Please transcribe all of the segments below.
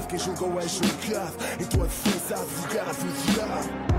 verdade, quem julgou é julgado. Em tua defesa, advogado do diabo.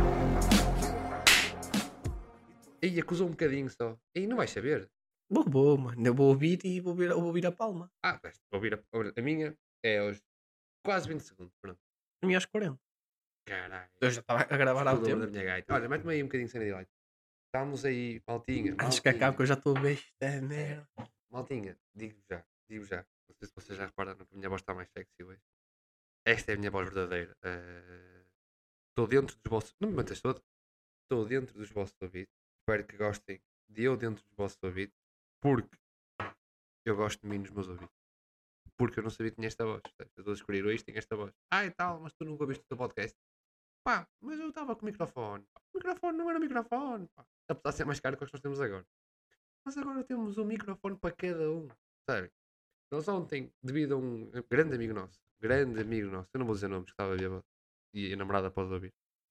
E acusou um bocadinho só. E não vais saber. Vou, mano. Eu vou ouvir e vou ouvir a palma. Vais ouvir a minha é aos quase 20 segundos. Pronto. A minha aos 40. Caralho. Eu já estava a gravar há um Estudor tempo. da minha gaita. Olha, mete-me aí um bocadinho de cena de like. Estamos aí, maltinha. Antes que acabe, que eu já estou a ver esta merda. Maltinha, digo já. Não sei se vocês já repararam que a minha voz está mais sexy hoje. Esta é a minha voz verdadeira. Estou dentro dos vossos. Não me mantes todo. Estou dentro dos vossos ouvidos. Espero que gostem de eu dentro dos vossos ouvidos. Porque eu gosto de mim nos meus ouvidos. Porque eu não sabia que tinha esta voz. Eu estou a descobrir hoje, tenho esta voz. E tal, mas tu nunca ouviste o teu podcast. Pá, mas eu estava com o microfone. O microfone não era microfone. Pá. Apesar de ser mais caro que o que nós temos agora. Mas agora temos um microfone para cada um. Sabe? Nós ontem, devido a um grande amigo nosso, eu não vou dizer nomes, que estava bêbado, e a namorada pode ouvir.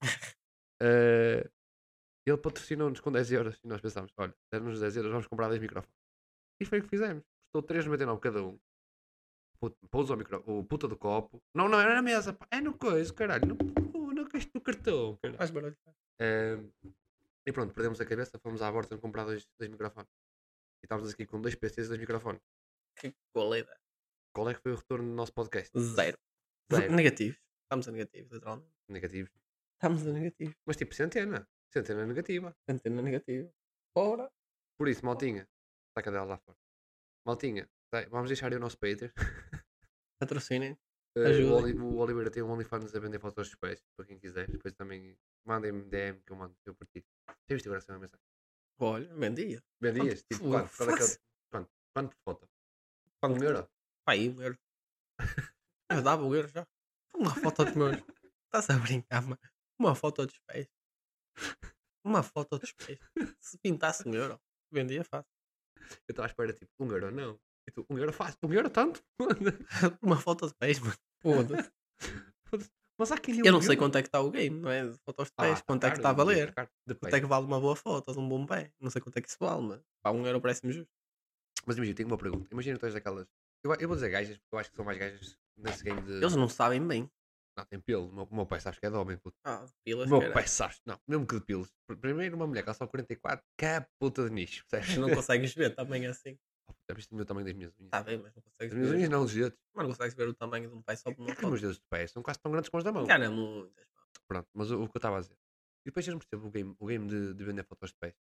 Ele patrocinou-nos com 10 euros e nós pensámos, olha, deram-nos 10 euros, vamos comprar 10 microfones. E foi o que fizemos. Custou 3,99 cada um. Pôs o puta do copo. Não era na mesa, pá. É no coisa, caralho. No caixa do cartão, caralho. Faz barulho. E pronto, perdemos a cabeça, fomos à Borton comprar dois microfones. E estávamos aqui com 2 PCs e 2 microfones. Que qualidade. Qual é que foi o retorno do nosso podcast? Zero. Negativos. Estamos a negativos, literalmente. Negativos. Estamos a negativos. Mas tipo centena. Centena negativa. Antena negativa. Ora. Por isso, maltinha. Saca dela lá fora. Maltinha. Vamos deixar aí o nosso Patreon. Patrocinem. O Oliveira tem um OnlyFans a vender fotos dos pés. Para quem quiser. Depois também mandem-me DM que eu mando. Eu partilho. Já viste agora essa mensagem? Olha, vendia. Vendias? Tipo, quanto? Quanto por foto? 1€? Pai, 1€. Eu dava 1€. Já. Uma foto dos meus. Estás a brincar, mano? Uma foto dos pés. Uma foto dos pés. Se pintasse 1€, vendia fácil. Eu estava à espera, tipo, 1€, não. E tu, 1€ fácil. 1€ tanto? Uma foto de pés, mano. Foda-se. Mas há quem Eu não sei quanto é que está o game, não é? De fotos de pés. Quanto é que está a valer? Quanto é que vale uma boa foto de um bom pé? Não sei quanto é que isso vale, mas pá, 1€ parece-me justo. Mas imagina, tenho uma pergunta. Imagina tu és daquelas. Eu vou dizer gajas, porque eu acho que são mais gajas nesse game de. Eles não sabem bem. Não, tem pelo. O meu pai sabes que é de homem, puto. De pilas, O meu pai sabes. Não, mesmo que de pelos. Primeiro, uma mulher que só 44, que é a puta de nicho, percebes? Não consegues ver também assim. Já viste o meu tamanho das minhas unhas? Está bem, mas não consegues As minhas ver. unhas não, os dedos. Mas não consegues ver o tamanho de um pé só por uma É que os meus foto. dedos de pé são quase tão grandes como os da mão. Engana muitas. Pronto, mas o que eu estava a dizer. E depois eu não percebo o game de vender fotos de pés.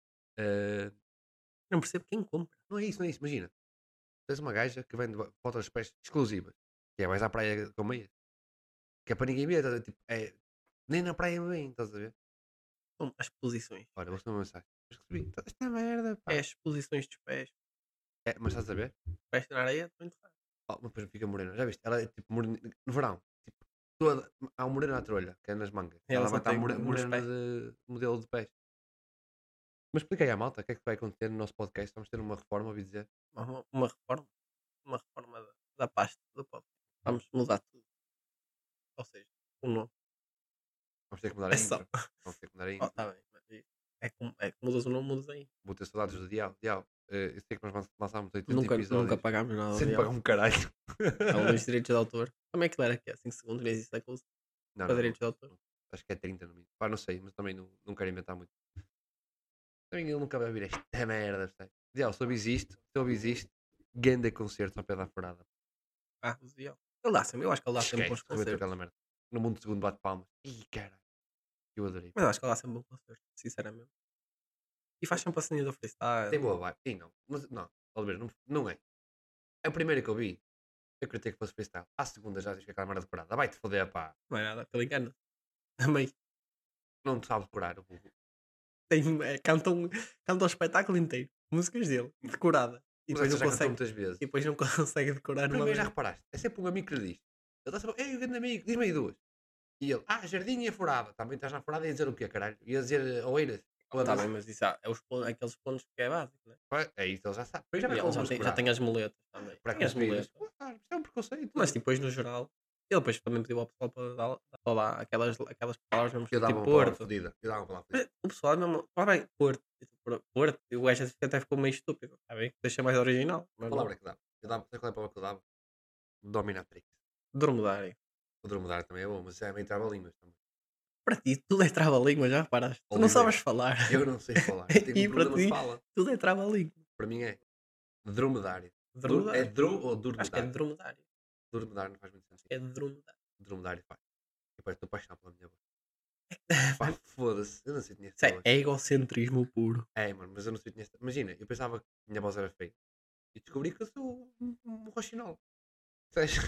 Não percebo quem compra. Não é isso. Imagina. Tens uma gaja que vende fotos de pés exclusivas. Que é vais à praia com meias. Que é para ninguém ver. Tipo, nem na praia bem, estás a ver? São as posições. Olha, vou-te uma mensagem. Mas recebi. Esta merda, pá. É as posições dos pés. Mas estás a ver? Pés na areia, muito raro. Mas depois fica morena. Já viste? Ela é tipo morena. No verão. Tipo, toda. Há um morena à trolha, que é nas mangas. Ela Ela só vai estar tem nos morena pés. de modelo de pés. Mas explica aí à malta o que é que vai acontecer no nosso podcast. Vamos ter uma reforma, ouvi dizer. Uma reforma. Uma reforma da pasta do podcast. Vamos mudar tudo. Ou seja, o nome. Vamos ter que mudar É a só. intro. Vamos ter que mudar a Oh, intro. tá bem. Mas é que mudas o nome, mudas aí. Vou ter saudades do Dial. Eu sei que nós lançámos 80 Nunca episódios. pagámos nada. Sempre pagamos um caralho. São os direitos de autor. Também aquilo era aqui há 5 segundos, nem existe aquilo Não, para direitos de autor. acho que é 30 no mínimo. Pá, não sei, mas também não quero inventar muito. Também ele nunca vai ouvir esta merda, percebe? Dial, se ouvis isto, ganda concerto ao pé da furada. O Dial. Ele dá sempre, eu acho que ele dá sempre bons Esquece, rebentou concertos. aquela merda. No mundo segundo bate palmas. Ih, caralho. Eu adorei. Mas eu acho que ele dá sempre bom concerto, sinceramente. E faz sempre a cena do freestyle. Tem boa vibe. Sim, não. Mas não, Oliveira, não é. A primeira que eu vi, eu queria ter que fosse freestyle. À segunda já diz que aquela merda decorada. Vai-te foder, pá. Não é nada, que ele engana. Também. Não te sabe decorar o burro. Canta o espetáculo inteiro. Músicas dele, decorada. E Mas depois essa não já cantou consegue. muitas vezes. E depois não consegue decorar uma Primeiro já vez. reparaste, é sempre um amigo que lhe diz. Ele está sempre, ei, grande amigo, diz-me aí duas. E ele, jardim e a furada. Também estás na furada e a dizer o quê, caralho? E a dizer Oeiras. Tá bem, mas isso aqueles pontos que é básico, né? É isso, ele já sabe. Depois já E vai ele já tem as muletas também. Para Tem as muletas. Isto é um preconceito. Mas depois, no geral, ele depois também pediu ao pessoal para dar aquelas palavras mesmo Eu dava tipo uma palavra Porto. fodida. Eu dava uma palavra Mas fodida. o pessoal mesmo, bem, Porto, e o gajo até ficou meio estúpido, está bem? Deixa mais original. A palavra que dava. Eu dava, sabe qual é a palavra que eu dava? Dominatrix. Dromedário. O dromedário também é bom, mas é meio trava-línguas também. Para ti, tudo é trava-língua, já reparaste? Tu não Oliveira. sabes falar. Eu não sei falar. Eu tenho um E para problema de ti, fala. tudo é trava-língua. Para mim é dromedário. É Dromedário. dro ou Acho que é dromedário? dromedário. Dromedário não faz muito Acho sentido. que é dromedário. Dromedário faz. Eu pá, estou apaixonado pela minha voz. Pá, foda-se. Eu não sei tinha Isso esta é voz. egocentrismo puro. É, mano, mas eu não sei tinha esta. Imagina, eu pensava que a minha voz era feia. E descobri que eu sou um roxinol. Sabes?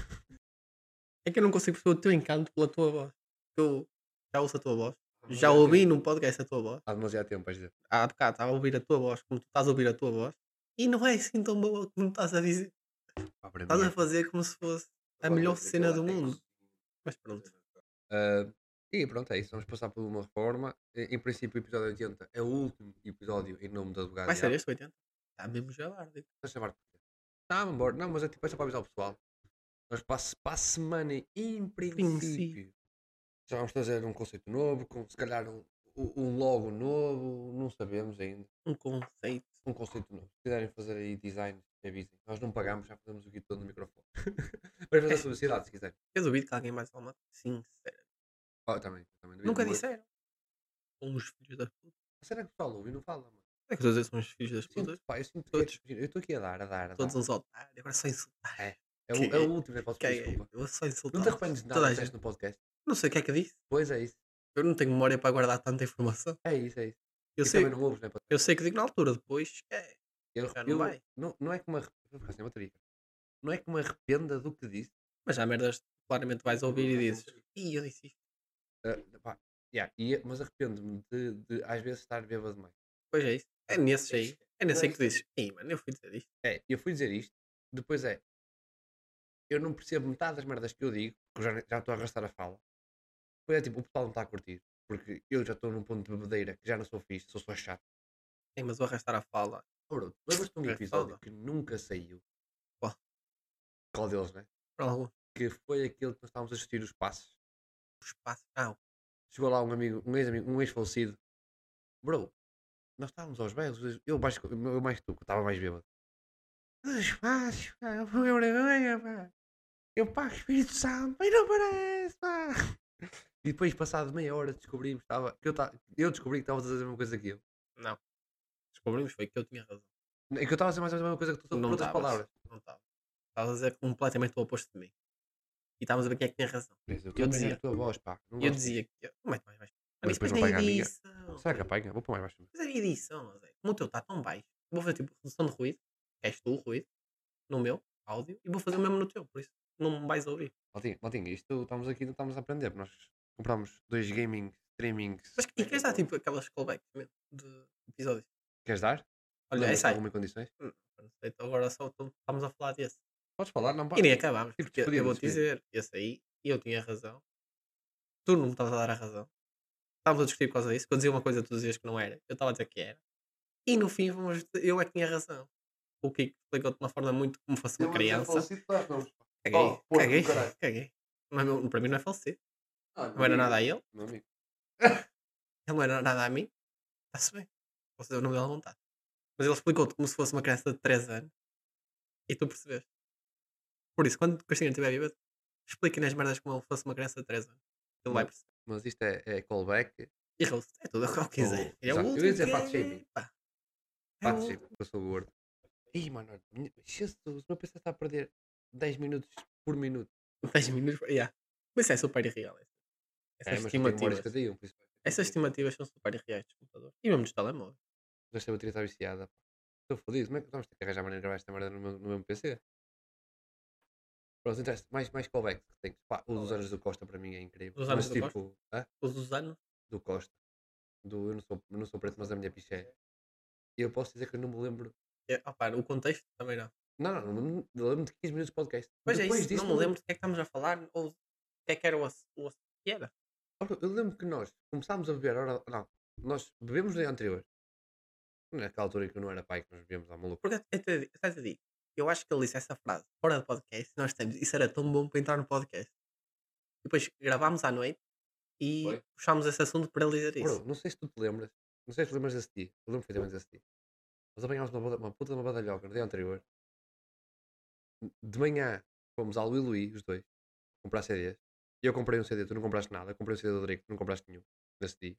É que eu não consigo perceber o teu encanto pela tua voz. Eu já ouço a tua voz. Já Há ouvi tempo. num podcast a tua voz. Há demasiado tempo, vais dizer. Há bocado estava a ouvir a tua voz, como tu estás a ouvir a tua voz. E não é assim tão boa como estás a dizer. Pá, para mim Estás é. a fazer como se fosse a melhor cena do mundo. Mas pronto. Ah, e pronto, é isso. Vamos passar por uma reforma. Em princípio, o episódio 80 é o último episódio em nome do advogado Vai ser diabo. este 80? Está mesmo jabardo. Estás a chamar porquê? Não, embora. Não, mas é tipo, é só para avisar o pessoal. Mas para a semana, em princípio, já vamos fazer um conceito novo, com se calhar um logo novo, não sabemos ainda. Um conceito. Um conceito novo. Se quiserem fazer aí design, avisem. Nós não pagamos, já fazemos o guito todo no microfone. Vamos fazer publicidade se quiserem. Eu duvido que alguém mais alguma. Sincero. Oh, também duvido, Nunca mas- disseram. São uns filhos da puta. A cena é que o pessoal ouve e não fala, mano. É que todos são uns filhos das Sinto, putas. pá, eu sinto Todos. que eu estou aqui a dar. Todos uns otários. Agora só insultar. É o último, eu posso pedir desculpa. Eu só insultar. Não te arrependes de nada Toda a que disseste gente. no podcast? Não sei o que é que eu disse. Pois é isso. Eu não tenho memória para guardar tanta informação. É isso, é isso. Eu E sei, também não ouves, né? eu sei que digo na altura, depois Eu, já não vai. não é que me arrependa. Vou ficar sem bateria. Não é que me arrependa do que disse. Mas há merdas que claramente vais ouvir e dizes: Ih, eu disse isto. Pá, mas arrependo-me de às vezes estar bêbado demais. Pois é isso. É nesses aí. É nesse aí que tu dizes: Ih, mano, eu fui dizer isto. É, eu fui dizer isto, depois eu não percebo metade das merdas que eu digo, porque eu já estou a arrastar a fala. Depois é tipo, o pessoal não está a curtir, porque eu já estou num ponto de bebedeira que já não sou fixe, sou só chato. Sim, mas vou arrastar a fala. Bro, lembras-te de um É episódio foda. que nunca saiu? Qual? Qual deles, né? Por algum Que foi aquele que nós estávamos a assistir os passos. espaço. Ah, Chegou lá um amigo, um ex-falecido. Bro, nós estávamos aos berros, eu mais que tu, que estava mais bêbado. Os passos, pá, eu fui a vergonha, pá. Eu pá, Espírito Santo, e não parece, pá. E depois, passado meia hora, descobrimos eu descobri que estavas a dizer a mesma coisa que eu. não. Descobrimos foi que eu tinha razão. É que eu estava a dizer mais ou menos a mesma coisa que tu, só por Não outras estavas. palavras. Não estava. Estavas a dizer completamente o oposto de mim. E estávamos a ver quem é que tinha razão. Eu Eu estou a dizia- a tua voz, pá. Não E eu gosto dizia que. Como é que mais baixo? Mas Mano, isso depois depois não na pega a minha. edição. Será que apanha? Vou pôr mais baixo. Mas é edição, Zé. Como o teu está tão baixo. Vou fazer tipo redução de ruído. Que és tu o ruído. No meu áudio. E vou fazer o mesmo no teu. Por isso não me vais ouvir. Maltinho, isto estamos aqui, não estamos a aprender. Nós compramos 2 gaming, streamings. Mas e queres dar tipo aquelas callbacks mesmo de episódios? Queres dar? Olha, Lembras-te essa aí. alguma em condições? Não sei, então agora só estamos a falar desse. Podes falar, não pá. E nem acabámos. Tipo, Porque despedida, eu vou-te dizer, esse aí, eu tinha razão. Tu não me estavas a dar a razão. Estávamos a discutir por causa disso. Quando eu dizia uma coisa, tu dizias que não era. Eu estava a dizer que era. E no fim, eu é que tinha razão. O Kiko explicou de uma forma muito como fosse uma criança. Caguei, Oh, porra, caguei, do caralho. caguei. Não é para mim não é falecido. Ah, Não era nada a ele. Meu amigo. Ele não era nada a mim. Está-se bem. Posso dizer o nome dele à vontade. Mas ele explicou-te como se fosse uma criança de 3 anos. E tu percebeste. Por isso, quando o Castinho estiver vivo, expliquem as merdas como ele fosse uma criança de 3 anos. Ele vai perceber. Mas isto é callback. E roast, é tudo o que ele quiser. É o exato. Eu último ia dizer que fat é, shaming. pá. É Pá, o sim, porque eu sou gordo. Ih, mano, Jesus, o meu PC está a perder 10 minutos por minuto. 10 minutos. Yeah. Mas isso é super irreal. Essas Mas eu tenho memórias estimativas. que adiam, por isso. Essas estimativas são super irreais dos computadores. E mesmo dos telemóveis. Esta bateria está viciada. Pá. Estou fodido. Como é que vamos ter que arranjar maneira de gravar esta merda no meu PC? Pronto, interessa. Mais callback que tenho. Pá, o dos anos do Costa para mim é incrível. Dos anos Mas do tipo, Os dos anos. do Costa. Eu não sou preto, mas a minha picha é. E eu posso dizer que eu não me lembro. Opa, o contexto também não. Não, eu lembro de 15 minutos de podcast. Pois é Depois isso. disso, Não me lembro do que é que estamos a falar. Ou o que é que era o que era. Ora, eu lembro que nós começámos a beber. Não, nós bebemos no dia anterior. Naquela altura em que eu não era pai, que nós bebíamos à maluco. Porque até te digo. Eu acho que ele disse essa frase fora do podcast. Nós temos. Isso era tão bom para entrar no podcast. E depois gravámos à noite. E Foi? puxámos esse assunto para ele dizer isso. Bro, não sei se tu te lembras. Não sei se te lembras desse dia. Eu lembro perfeitamente desse dia. Nós apanhámos uma puta de uma badalhoca no dia anterior. De manhã fomos ao Luí, os dois. comprar CDs. E eu comprei um CD, tu não compraste nada. Eu comprei um CD do Drake, tu não compraste nenhum nesse dia.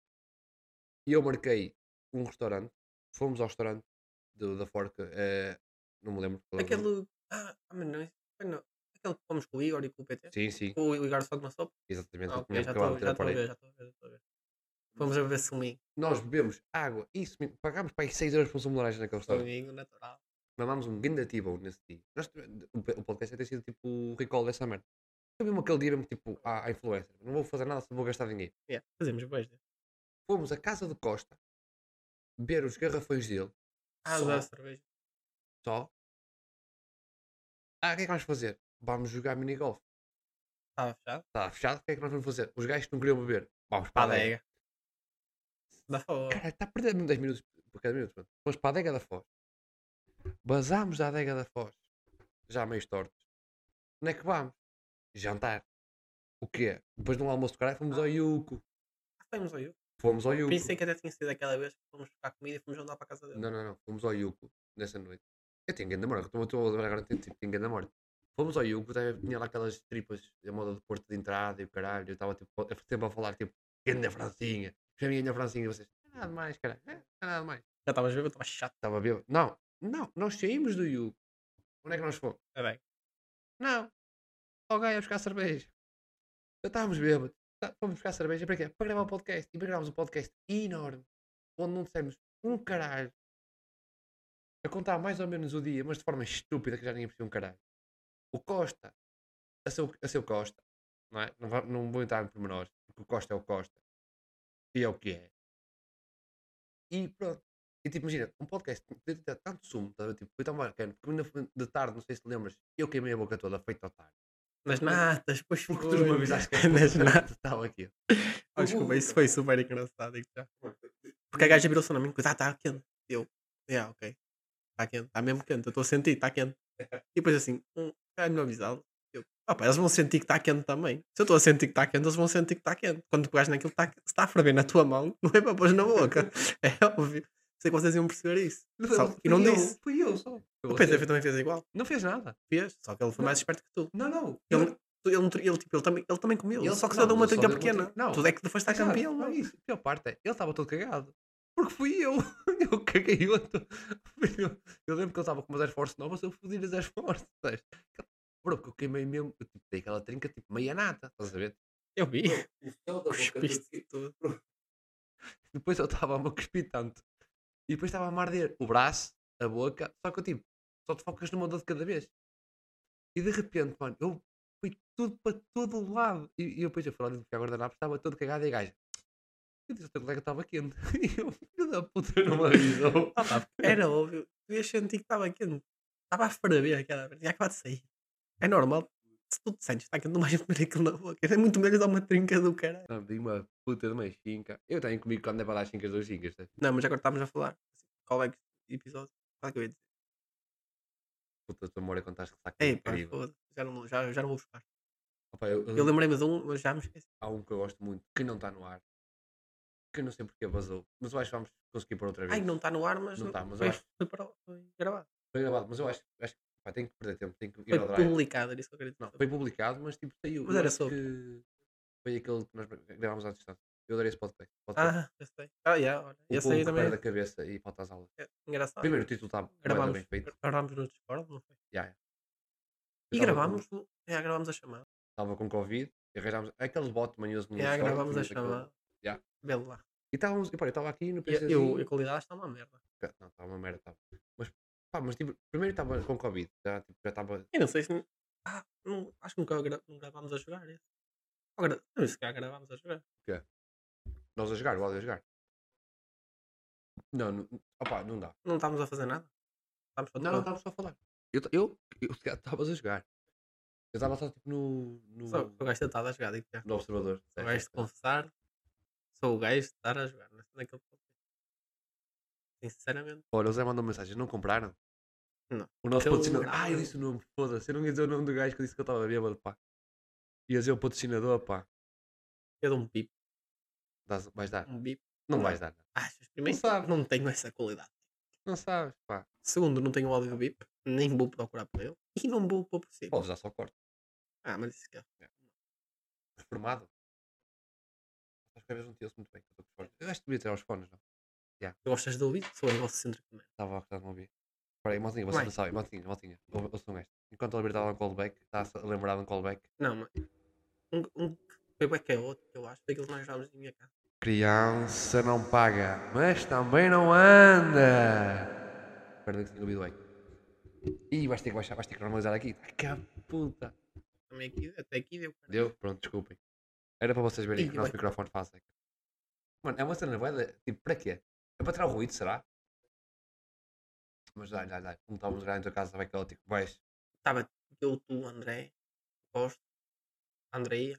E eu marquei um restaurante. Fomos ao restaurante da Forca. Não me lembro qual é o nome. Aquele. Mas não, foi não. Aquele que fomos com o Igor e com o PT. Sim, sim. O Igor só na sopa. Exatamente. Ah, Eu ok, tinha já acabado de ter estou a a parede. ver, já estou a ver, já estou a ver. Fomos a beber suminho. Nós bebemos água. Isso, pagámos para aí 6 euros por um sumo de laranja naquele restaurante. Suminho natural. Mamámos um grande T-Bone nesse dia. O podcast ia ter sido tipo o recall dessa merda. Eu mesmo aquele dia mesmo tipo à influencer. Não vou fazer nada se não vou gastar dinheiro. Yeah, fazemos beijo. Fomos à casa de Costa beber os garrafões dele. Da Só. cerveja. Só. O que é que vamos fazer? Vamos jogar minigolf. Estava fechado. Está fechado? O que é que nós vamos fazer? Os gajos que não queriam beber. Vamos para a adega. Adega. Da favor. Cara, está a perder 10 minutos por cada minuto. Mano. Vamos para a adega da Foz. Basámos da adega da Foz. Já meio tortos. Onde é que vamos? Jantar. O quê? Depois de um almoço de caralho fomos ao Yuco. Fomos ao Yuco. Fomos ao Yuco. Pensei que até tinha sido aquela vez que fomos buscar comida e fomos andar para a casa dele. Não. Fomos ao Yuco nessa noite. Eu tenho grande namoro. Estou a lembrar agora, tenho grande namoro. Fomos ao Yuco, tinha lá aquelas tripas da moda de Porto de entrada e o caralho. Eu estava tipo, sempre a falar tipo, grande Francinha. Para mim, grande Francinha. E vocês, não é nada mais, caralho. Não é nada mais. Já estavas bêbado, estava chato. Estava bêbado. Não, nós saímos do Yuco. Onde é que nós fomos? Adega. Não. Alguém a buscar cerveja. Já estávamos bêbados. Fomos buscar cerveja para quê? Para gravar o podcast. E para gravarmos um podcast enorme. Onde não dissemos um caralho. A contar mais ou menos o dia, mas de forma estúpida que já ninguém percebeu um caralho. O Costa, a seu Costa, não é? Não vou entrar em pormenores, porque o Costa é o Costa. E é o que é. E pronto. E tipo, imagina, um podcast podia ter tanto sumo, tá? Tipo, foi tão bacana, porque ainda de tarde, não sei se te lembras, eu queimei a boca toda, feito ao tarde. Nas natas, pois Porque foi. tu não me avisaste que Nas natas. estava aqui. Desculpa, isso foi super engraçado. Digo já. Porque a gaja virou-se na mim, cuidado, está quente. Eu, ok. Está quente, está mesmo quente. Eu estou a sentir, está quente. E depois assim, não avisado. Eles vão sentir que está quente também. Se eu estou a sentir que está quente, eles vão sentir que está quente. Quando tu pegas naquilo, se está a ferver na tua mão, não é para pôr na boca. É óbvio. Sei que vocês iam perceber isso. E não disse. Fui eu só. O PTV também fez igual. Não fez nada. Fez, só que ele foi mais esperto que tu. Não. Ele também comeu. Ele- Só que não, só deu uma ele só trinca deu uma pequena. trinca- não. Tudo é que depois está Exato, campeão. não é Não. isso. A pior parte é, ele estava todo cagado. Porque fui eu. Eu caguei eu lembro que ele estava com umas Air Force novas, eu fodi as Air Force. Sabes? Bro, porque eu queimei mesmo. Eu tipo, dei aquela trinca tipo meia nata. Estás a ver? Eu vi. O céu da boca Cuspiste tudo. Depois eu estava a me cuspir tanto. E depois estava a me arder o braço, a boca. Só que eu tipo, só te focas numa dor de cada vez. E de repente, mano, eu fui tudo para todo o lado. E eu depois eu fui lá dentro de guardanapo, estava todo cagado e a gaja. Eu disse, o teu colega estava quente. E eu, filho da puta, não me avisou. Era óbvio. Tu ias sentir que estava quente. Estava a ferver aquela vez. Tinha acabado de sair. É normal. Se tu te sentes, está quente, não vais meter aquilo na boca. É muito melhor dar uma trinca do caralho. Não, dei uma puta de uma chinca. Eu tenho comigo quando é para dar chincas 2 chincas. Sabe? Não, mas agora estamos a falar. Qual é que episódio? Qual é que eu ia dizer? Puta, tu amor, contaste que está Ei, pá, incrível. foda-se. Já não vou buscar. Opa, Eu lembrei-me de um, mas já me esqueci. há um que eu gosto muito, que não está no ar. Que eu não sei porque vazou. Mas eu acho que vamos conseguir por outra vez. Ai, não está no ar, mas Não está, mas foi, eu acho- foi gravado. Foi gravado, mas eu acho que pá, tenho que perder tempo. Tenho que ir Foi ao drive. publicado, era isso que eu queria dizer. Não, foi publicado, mas tipo saiu. Mas Eu era acho sobre. que foi aquele que nós gravámos à distância. Eu adorei esse podcast. Já sei. Olha. O Esse povo aí que também perde a cabeça e falta às aulas. é engraçado. Primeiro o título está Gravámos, bem feito. gravámos no Discord, não foi? Já, já. E Eu tava gravámos, gravámos a chamada. Estava com Covid e arranjámos aqueles bots manhosos no Já Discord, gravámos a tínhamos aquele- chamada. Já. Vê lá. E estávamos, e pá, eu estava aqui no E PC. a qualidade está uma merda. Não, estava uma merda. Tava. Mas tipo, primeiro estava com Covid. Já estava. Eu não sei se. Acho que nunca não gravámos a jogar esse. Agora, não, se calhar gravámos a jogar. Nós a jogar, o áudio a jogar. Não, opá, não dá. Não estávamos a fazer nada. Estávamos só Não, estava só a falar. Eu estavas a jogar. Eu estava só tipo no Só o gajo tentado a jogar, digo já. no observador. Sou o gajo de confessar. Sou o gajo de estar a jogar naquele podcast. Sinceramente. Olha, o Zé mandou mensagem, não compraram? Não. O nosso Então, patrocinador. não. Eu disse o nome, foda-se. Eu não ia dizer o nome do gajo que eu disse que eu estava bêbado, pá. Ia dizer o patrocinador, pá. Eu dou um bip. Vais dar? Um bip. Não vais dar. Achas? Primeiro, sabe. não tenho essa qualidade. Não sabes, pá. Segundo, não tenho o áudio do bip. Nem vou procurar por ele. E não vou pôr por cima. Podes dar só corte. Ah, mas isso que é. Reformado. As cabeças não tinham-se muito bem. Eu estou com os fones. Eu acho que devia ter os fones, não? Tu gostas de ouvir? Sou um egocêntrico mesmo. Estava a gostar de me ouvir. Espera aí, Motinha, você Vai. não sabe. Motinha. Ouçam esta. Enquanto a Libertad dá um callback, está a lembrar de um callback. Não, mas um que foi bem que é outro, que eu acho, foi aquilo que nós jogámos em minha casa. Criança não paga, mas também não anda. Espera que tinha ouvido bem. Ih, vais ter que baixar, vais ter que normalizar aqui. Ai, que puta. Também aqui, até aqui deu. Cara. Deu? Pronto, desculpem. Era para vocês verem Ih, que o nosso vai. microfone faz eco. Mano, é uma cena bué de... Tipo, para quê? É para tirar o ruído, será? Mas dá. Como estávamos a jogar em tua casa, vai caótico. Vais. Estava eu, tu, André, Costa, Andreia.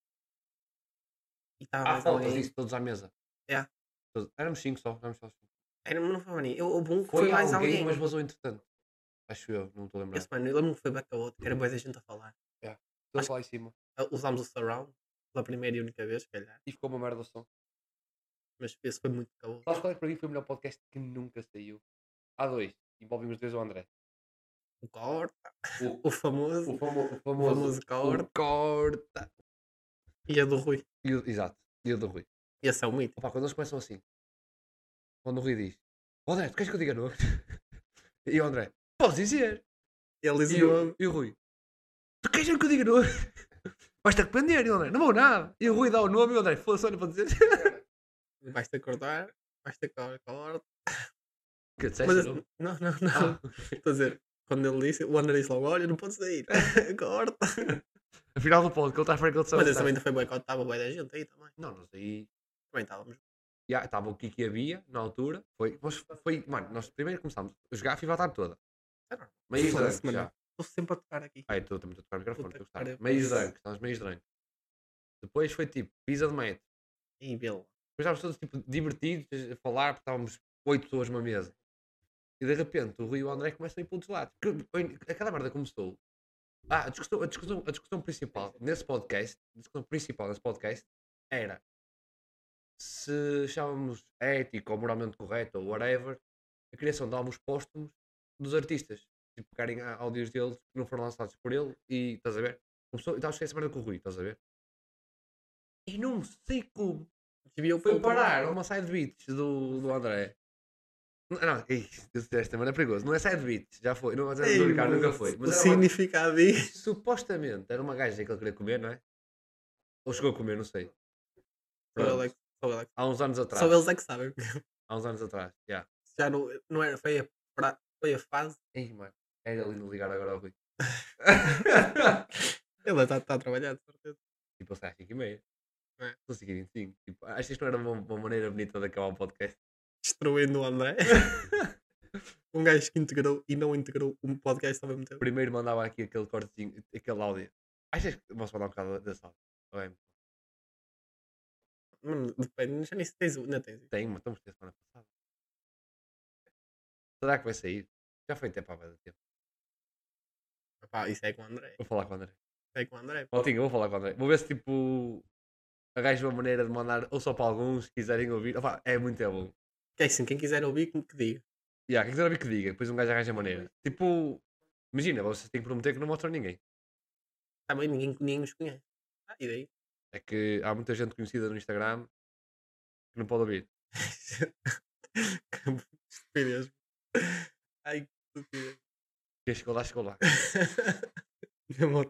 E estava mais Faltas alguém. disso, todos à mesa. Yeah. Éramos 5 só. Éramos só 5. Era, não foi mano. O bom que Foi foi mais alguém, alguém. mas vazou entretanto. Acho eu, não estou a lembrar. Esse mano, eu lembro que foi back a outro, que era boa da gente a falar. Estou lá em cima. Usámos o surround pela primeira e única vez, se calhar. E ficou uma merda o som. Mas esse foi muito caô. Sabes qual é que para mim foi o melhor podcast que nunca saiu? Há dois. Envolvemos os dois o André. O corta. O O famoso. O famoso famoso corta. o corta. E a do Rui. Exato. E o do Rui. Esse é o mito. Opa, quando eles começam assim. Quando o Rui diz: "Ó André, tu queres que eu diga não?" E o André: "Podes dizer." Ele diz E o Rui: "Tu queres que eu diga não?" Vais-te arrepender. E o André: "Não vou nada." E o Rui dá o nome e o André: "Foda-se, olha para dizer." Vais-te acordar. Vais-te acordar. Que disseste Mas o nome? não. Ah, Estou a dizer, quando ele disse, o André disse logo: olha, não pode sair. Corta. Afinal do ponto, que ele está a fazer aquele som. Mas esse também foi boicote, estava boa da gente aí também. Não, não sei. Também estávamos. Já, estava o Kiki havia na altura. Foi, mano, nós primeiro começámos a jogar a FIFA a tarde toda. Meio Foda-se, drunk mano. já. Estou sempre a tocar aqui. Ai, estou também a tocar o microfone, Puta estou a que gostar. pariu. Meio drunk, estávamos meio drunk. Depois foi tipo, pizza de metro. E Bela. Depois estávamos todos tipo, divertidos a falar, porque estávamos 8 pessoas numa mesa. E de repente o Rui e o André começam a ir para outros lados. Aquela merda começou. A discussão principal nesse podcast, era se chamamos ético ou moralmente correto ou whatever, a criação de álbuns póstumos dos artistas. Tipo, pegarem áudios deles que não foram lançados por ele e estás a ver? Começou, estava a esquecer essa merda com o Rui, estás a ver? E não sei como. Desviou Foi para parar uma side beats do André. Não, esta mano é perigoso. Não é side beats, já foi. Não, Ricardo nunca foi. O Mas era significado disso. supostamente era uma gaja que ele queria comer, não é? Ou chegou a comer, não sei. Só Pronto. ele é que- Há uns anos atrás. Só eles é que sabem. Há uns anos atrás, já. Já não era. Foi a fase. Ei, mano, era lindo ligar agora ao Rui. Ele está a trabalhar, de certeza. Tipo, eu saio às 5h30. É. São 5h25. Tipo, achas que isto não era uma maneira bonita de acabar o podcast? Destruindo o André. Um gajo que integrou e não integrou um podcast ao mesmo tempo. Primeiro mandava aqui aquele cortezinho, aquele áudio. Achas que posso mandar um bocado desse áudio? Ou é? Mano, depende, já nem se tens. Não tens. Tem, mas estamos a ter semana passada. Será que vai sair? Já foi tempo há bastante tempo. Epá, isso é com o André. Vou falar com o André. É com o André. Maltinha, vou falar com o André. Vou ver se tipo arranjo uma maneira de mandar ou só para alguns se quiserem ouvir. Opa, é muito bom. Que é assim, quem quiser ouvir, que diga. Quem quiser ouvir que diga, depois um gajo arranja a maneira. Tipo, imagina, vocês têm que prometer que não mostram a ninguém. Também ninguém nos conhece. E daí? É que há muita gente conhecida no Instagram que não pode ouvir. Que estupidez. Ai, que estupidez. Quem chegou lá, chegou lá. Minha moto.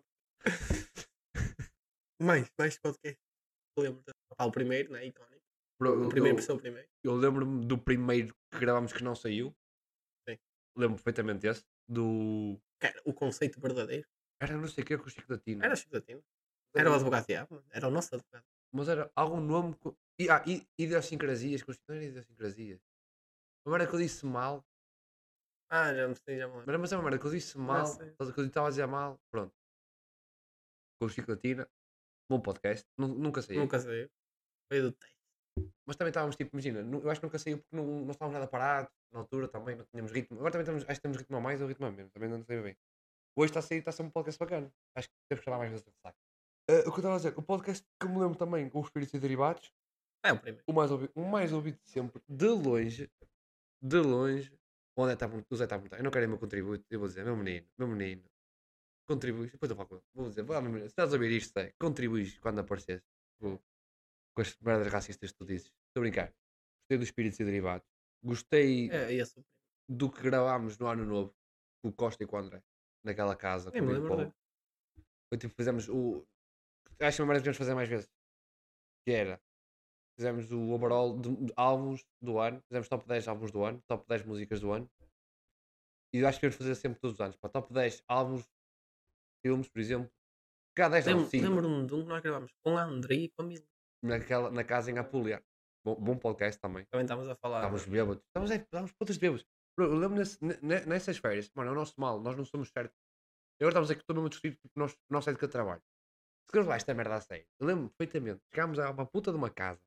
Mais podcast. Lembro-te. Pá, o primeiro, né? Icónico. O primeiro pessoa, o primeiro. Eu lembro-me do primeiro que gravámos que não saiu. Sim. Lembro perfeitamente desse. Do. Cara, o conceito verdadeiro. Era não sei o que com o Chico da Tina. Era Chico da Tina. Era o advogado Diabo, mano. Era o nosso advogado. Mas era algum nome. Idiosincrasias. Não era idiosincrasias. Uma merda que eu disse mal. Ah, já me sei, já me lembro. Mas é uma merda que eu disse mal. sei. Que eu estava a dizer mal. Pronto. Com o Chico da Tina. Bom podcast. Nunca saiu. Nunca saiu. Foi do texto. Mas também estávamos tipo, imagina, eu acho que nunca saiu porque não estávamos nada parados na altura também, não tínhamos ritmo. Agora também acho que temos ritmo a mais ou ritmo a menos, também não sei bem. Hoje está a sair, está a ser um podcast bacana. Acho que temos que falar mais desse saco. O que eu estava a dizer, o podcast que eu me lembro também, com os espíritos e derivados, É o primeiro. o mais ouvido de sempre, de longe, o Zé está a perguntar, eu não quero ir meu contributo, eu vou dizer, meu menino, contribuis. Depois eu falo com ele. Vou dizer, se estás a ouvir isto, Zé, contribuis quando apareces com as merdas racistas que tu dizes. Estou a brincar. Gostei dos espíritos e derivados. Gostei É esse. do que gravámos no Ano Novo com o Costa e com o André. Naquela casa. Nem Com o me Big lembro Paul. Foi tipo, fizemos o. Acho que é uma merda que devemos fazer mais vezes. Que era. Fizemos o overall de álbuns do ano. Fizemos top 10 álbuns do ano. Top 10 músicas do ano. E eu acho que devemos fazer sempre todos os anos. Para top 10 álbuns, filmes, por exemplo. Cada 10 álbuns, sim. Lembro-me de um que nós gravámos com a André e com a Mila. Na casa em Apulia. Bom podcast também. Também estávamos a falar. Estávamos bêbados. Estávamos putas de bêbados. Bro, eu lembro nessas férias. Mano, é o nosso mal. Nós não somos certos. E agora estamos aqui todo mundo discutido porque nós é de que trabalho. Se queres lá esta merda a sério. Eu lembro perfeitamente. Chegámos a uma puta de uma casa.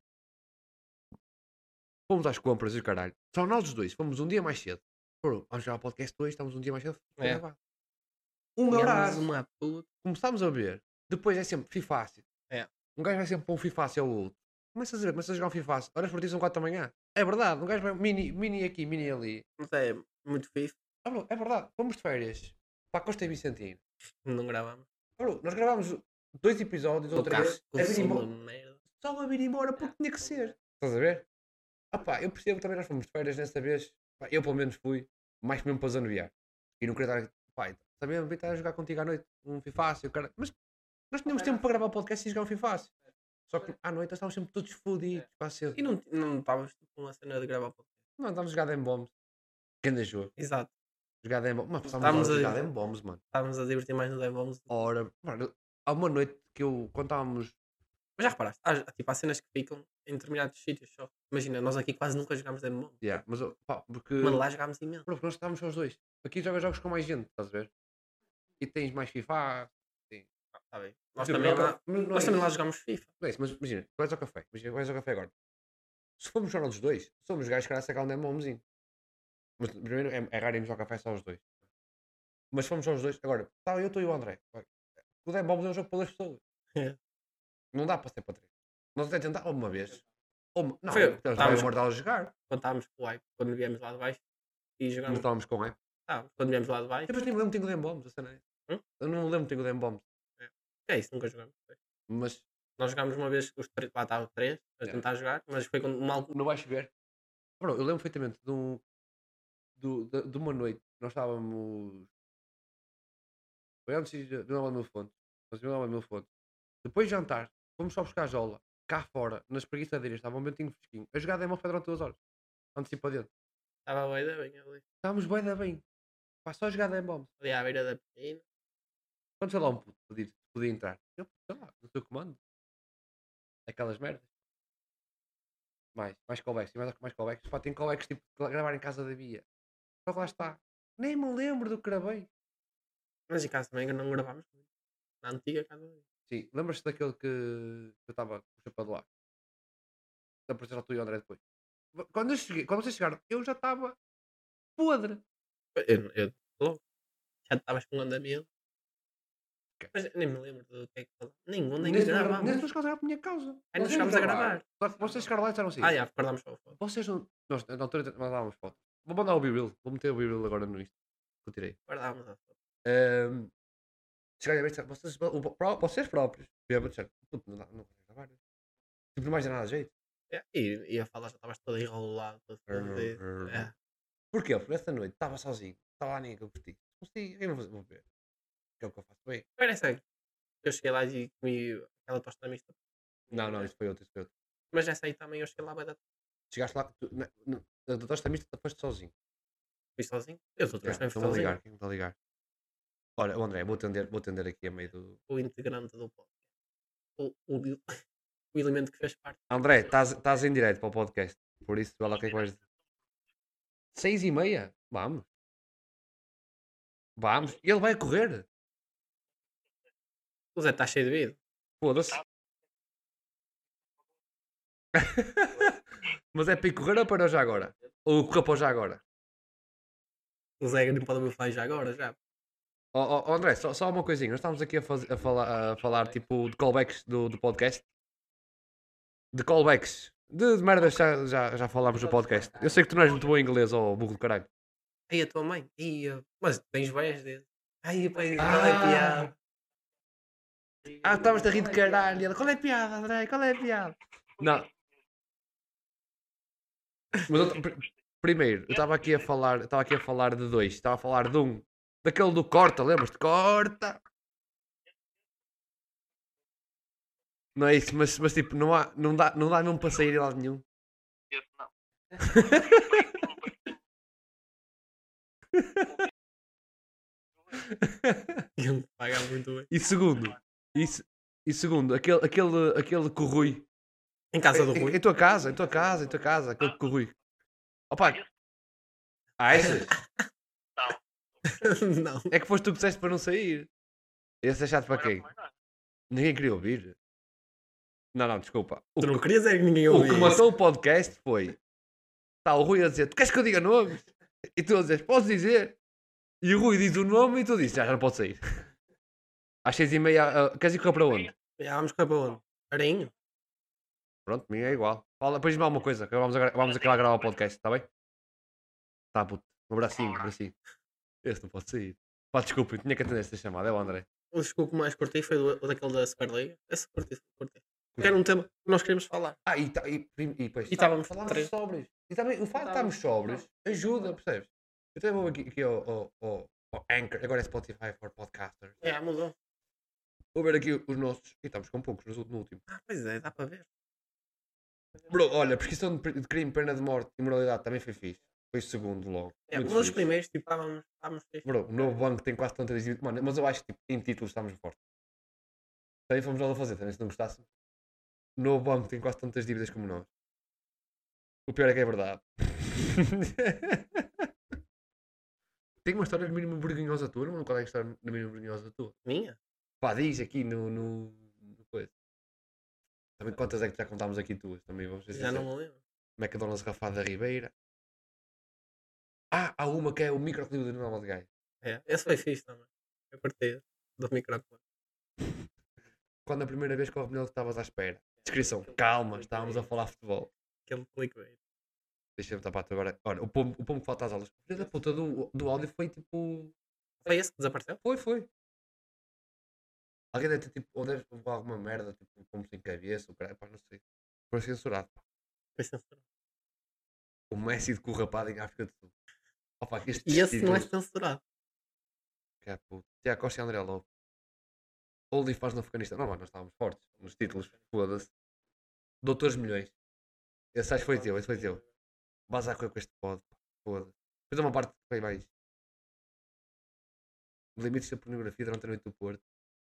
Fomos às compras e o caralho. Só nós os dois. Fomos um dia mais cedo. Bro, vamos jogar o podcast hoje. Estamos um dia mais cedo. É. Uma hora. Tínhamos uma puta. Começámos a ver. Depois é sempre fifácil. É. Um gajo vai sempre para um fifácil ao outro. Começas a ver, começas a jogar um fifácil. Horas por dia são 4 da manhã. É verdade. Um gajo vai mini aqui, mini ali. Mas é muito fixe. Ah, bro, é verdade. Fomos de férias para a Costa e Vicentino. Não gravámos. Bro, nós gravámos 2 episódios ou O carro 3. com A o vir som embora. da merda. Só a vir embora porque tinha que ser. Estás a ver? Ah pá, eu percebo que também nós fomos de férias dessa vez. Pá, eu pelo menos fui. Mais mesmo para zanuviar. E não queria estar. Pá, sabia bem estar a jogar contigo à noite. Um fifácio, cara. Mas nós tínhamos tempo para gravar o podcast e jogar um fifácio. Só que à noite nós estávamos sempre todos fodidos. Quase cedo. E não estavas com a cena de gravar podcast. Não, estávamos a jogar Dem Bombs. Grande jogo. Exato. Jogar Dem Bombs. Mas Estávamos passávamos a a- jogar Dem Bombs, mano. Estávamos a divertir mais no Devils. Ora, mano, há uma noite que eu, quando estávamos. Mas já reparaste, há cenas que ficam em determinados sítios só. Imagina, nós aqui quase nunca jogámos Devils. Yeah, mas pá, porque. Mas lá jogámos imenso. Porque nós estávamos só os dois. Aqui jogas jogos com mais gente, estás a ver? E tens mais FIFA. Tá bem. Nós Tipo, também, não- lá, mas não é nós também lá isso. jogámos FIFA. Não é isso, mas imagina, vais ao café. Imagina, vais ao café agora. Se formos só nós os dois, somos gajos que calhar sacar um demozinho. Mas primeiro é raro irmos ao café só os dois. Mas fomos só os dois. Agora, tá, eu estou e o André. O Dembombs é um jogo para 2 pessoas. É. Não dá para ser para 3. Nós até tentámos uma vez. Não, Foi- temos estávamos- o Mortal a jogar. Quando estávamos com o hype, quando viemos lá de baixo e Mas jogámos. estávamos com ele. Quando viemos lá de baixo. Depois nem me lembro que tenho o Dembombs, a cena é. Hum? Eu não me lembro que tenho o Dembombs. É isso, nunca jogamos. Mas Nós jogámos uma vez, lá estavam 3 a Yeah. tentar jogar, mas foi quando uma altura. não vais ver. Bro, eu lembro perfeitamente de uma noite. Nós estávamos. Foi antes de Vila Mil Fontes. Nós Vila Mil Fontes. Depois de jantar, fomos só buscar jola. Cá fora, nas preguiçadeiras, estava um ventinho fresquinho. A jogar Demo foi durante 2 horas. Antes de ir para dentro. Estava bem, bem ali. Estávamos bem da bem. Pá, só a jogar Demo. Ali à beira da piscina. Quando sei lá um puto podia entrar. Eu, sei lá, no seu comando. Aquelas merdas. Mais callbacks. Mais callbacks. Pá, tem callbacks tipo gravar em casa da Bia. Só que lá está. Nem me lembro do que gravei. Mas em casa também não gravámos muito. Na antiga casa dele. Sim, lembras-te daquele que eu estava com o chapéu de lá? Apareceram tu e o André depois. Quando vocês chegaram, eu já estava podre. Eu logo. Já estavas com um andamento. Ok. Mas nem me lembro do que é que falamos. Nenhum, nem Nesse gravámos. nós era por minha causa. Aí nós Nós chegámos íamos a gravar. Só que vocês chegaram lá e disseram assim. Já, recordámos só o foto. Vocês não. Nós na altura mandávamos fotos. Vou mandar o B-Reel. Vou meter o B-Reel agora no Insta. Que eu tirei. Guardámos a foto. Chegaram a ver, vocês próprios. Bêbados, disseram, puto, não consegues gravar. Tipo, não mais dá nada de jeito. E a fala já estavas toda enrolada. Todo fodido. É. Porquê? Porque essa noite estava sozinho. Estava lá ninguém que eu curti. Curti, eu vou ver. Que é o que eu faço bem. Era essa aí. Eu cheguei lá e comi aquela tosta mista. Não, isso foi outro. Mas essa aí também eu cheguei lá bem da Chegaste lá, da tosta mista, foste sozinho. fui sozinho. Eu sou também fui Estão a ligar, sozinho. quem está a ligar? Olha, o André, vou atender aqui a meio do. O integrante do podcast. O elemento que fez parte. André, estás em direto para o podcast. Por isso, olha lá o que é que vais dizer. 6h30? Vamos. Vamos. E ele vai correr. O Zé está cheio de vida. Foda-se. Mas é para ir correr ou para já agora? Ou correr para o já agora? O Zé nem pode ouvir falar já agora, já. Oh, André, só uma coisinha. Nós estamos aqui a falar tipo de callbacks do podcast. De callbacks. De merdas já falámos do podcast. Eu sei que tu não és muito bom em inglês, ou burro do caralho. Aí a tua mãe. Mas tens várias vezes. Ai, pai, qual é a piada? Estavas a rir de caralho. Ela, qual é a piada, André? Qual é a piada? Não. Mas primeiro, eu estava aqui a falar de dois. Estava a falar de um. Daquele do corta, lembras-te? Corta! Não é isso, mas tipo, não dá mesmo para sair de lado nenhum. Ele paga muito bem. E segundo, aquele com o Rui. Em casa do Em Rui. tua casa, aquele com o Rui. Opa, achas? Não. É que foste tu que disseste para não sair. Esse é chato para quem? Ninguém queria ouvir. Não, desculpa. Tu não querias é que ninguém O ouvia. que matou o podcast foi. Está o Rui a dizer: tu queres que eu diga nomes? E tu a dizer: podes dizer. E o Rui diz o nome e tu dizes: já não pode sair. Às 6h30. Queres ir correr para onde? Já, vamos correr para onde? Arinho? Pronto, mim é igual. Fala, depois diz-me alguma coisa. Que vamos aqui lá gravar o podcast, está bem? Tá, puto. Um abracinho, um abracinho. Esse não pode sair. Pá, desculpa, eu tinha que atender esta chamada. É o André. O jogo que mais curti foi o daquele da Superliga. Esse curti. Porque era um tema que nós queríamos falar. E depois. E estávamos Falámos três. sóbrios. E também o facto de estarmos sóbrios ajuda, percebes? Eu também vou aqui ao Anchor, agora é Spotify for Podcasters. É, mudou. Vou ver aqui os nossos. E estamos com poucos no último. Pois é, dá para ver. Bro, olha, prescrição de crime, pena de morte e moralidade também foi fixe. Foi segundo logo. É, Muito nos fixe. primeiros, tipo, estávamos fixe. Bro, o novo banco tem quase tantas dívidas. Mano, mas eu acho que tipo, em títulos estamos fortes. Também fomos nós a fazer, também se não gostássemos. O novo banco tem quase tantas dívidas como nós. O pior é que é verdade. Tem uma história mínimo vergonhosa tua, não qual é a história mínimo vergonhosa tua? Minha? Pá, diz aqui no coisa. Também quantas é que já contámos aqui tuas? Também vamos ver Já não me lembro. McDonald's Rafado da Ribeira. Há uma que é o microclip do Normal Guy. É, esse foi fixe também. Eu curti do microfone. Quando a primeira vez que eu que estavas à espera. Descrição. Calma, estávamos a falar futebol. Aquele clickbait. Deixa-me tapar agora. Olha, o pombo que falta às aulas. Filha da puta do áudio foi tipo. Foi esse que desapareceu? Foi. Alguém deve ter tipo. Ou deve levar alguma merda, tipo um pombo sem cabeça, o cara, pá, não sei. Foi censurado. Pá. Foi censurado. O Messi de corrapado em África do Sul. Opa, que E esse não é títulos- censurado. Que é puto. Tiago Costa e André Lopes. Oldie faz no Afeganistão. Não, mas nós estávamos fortes nos títulos. Foda-se. Doutores Milhões. Esse acho que foi teu, esse foi teu. Vas a correr com este pod. Pá. Foda-se. Depois há uma parte que foi mais. Limites da pornografia durante a noite do Porto.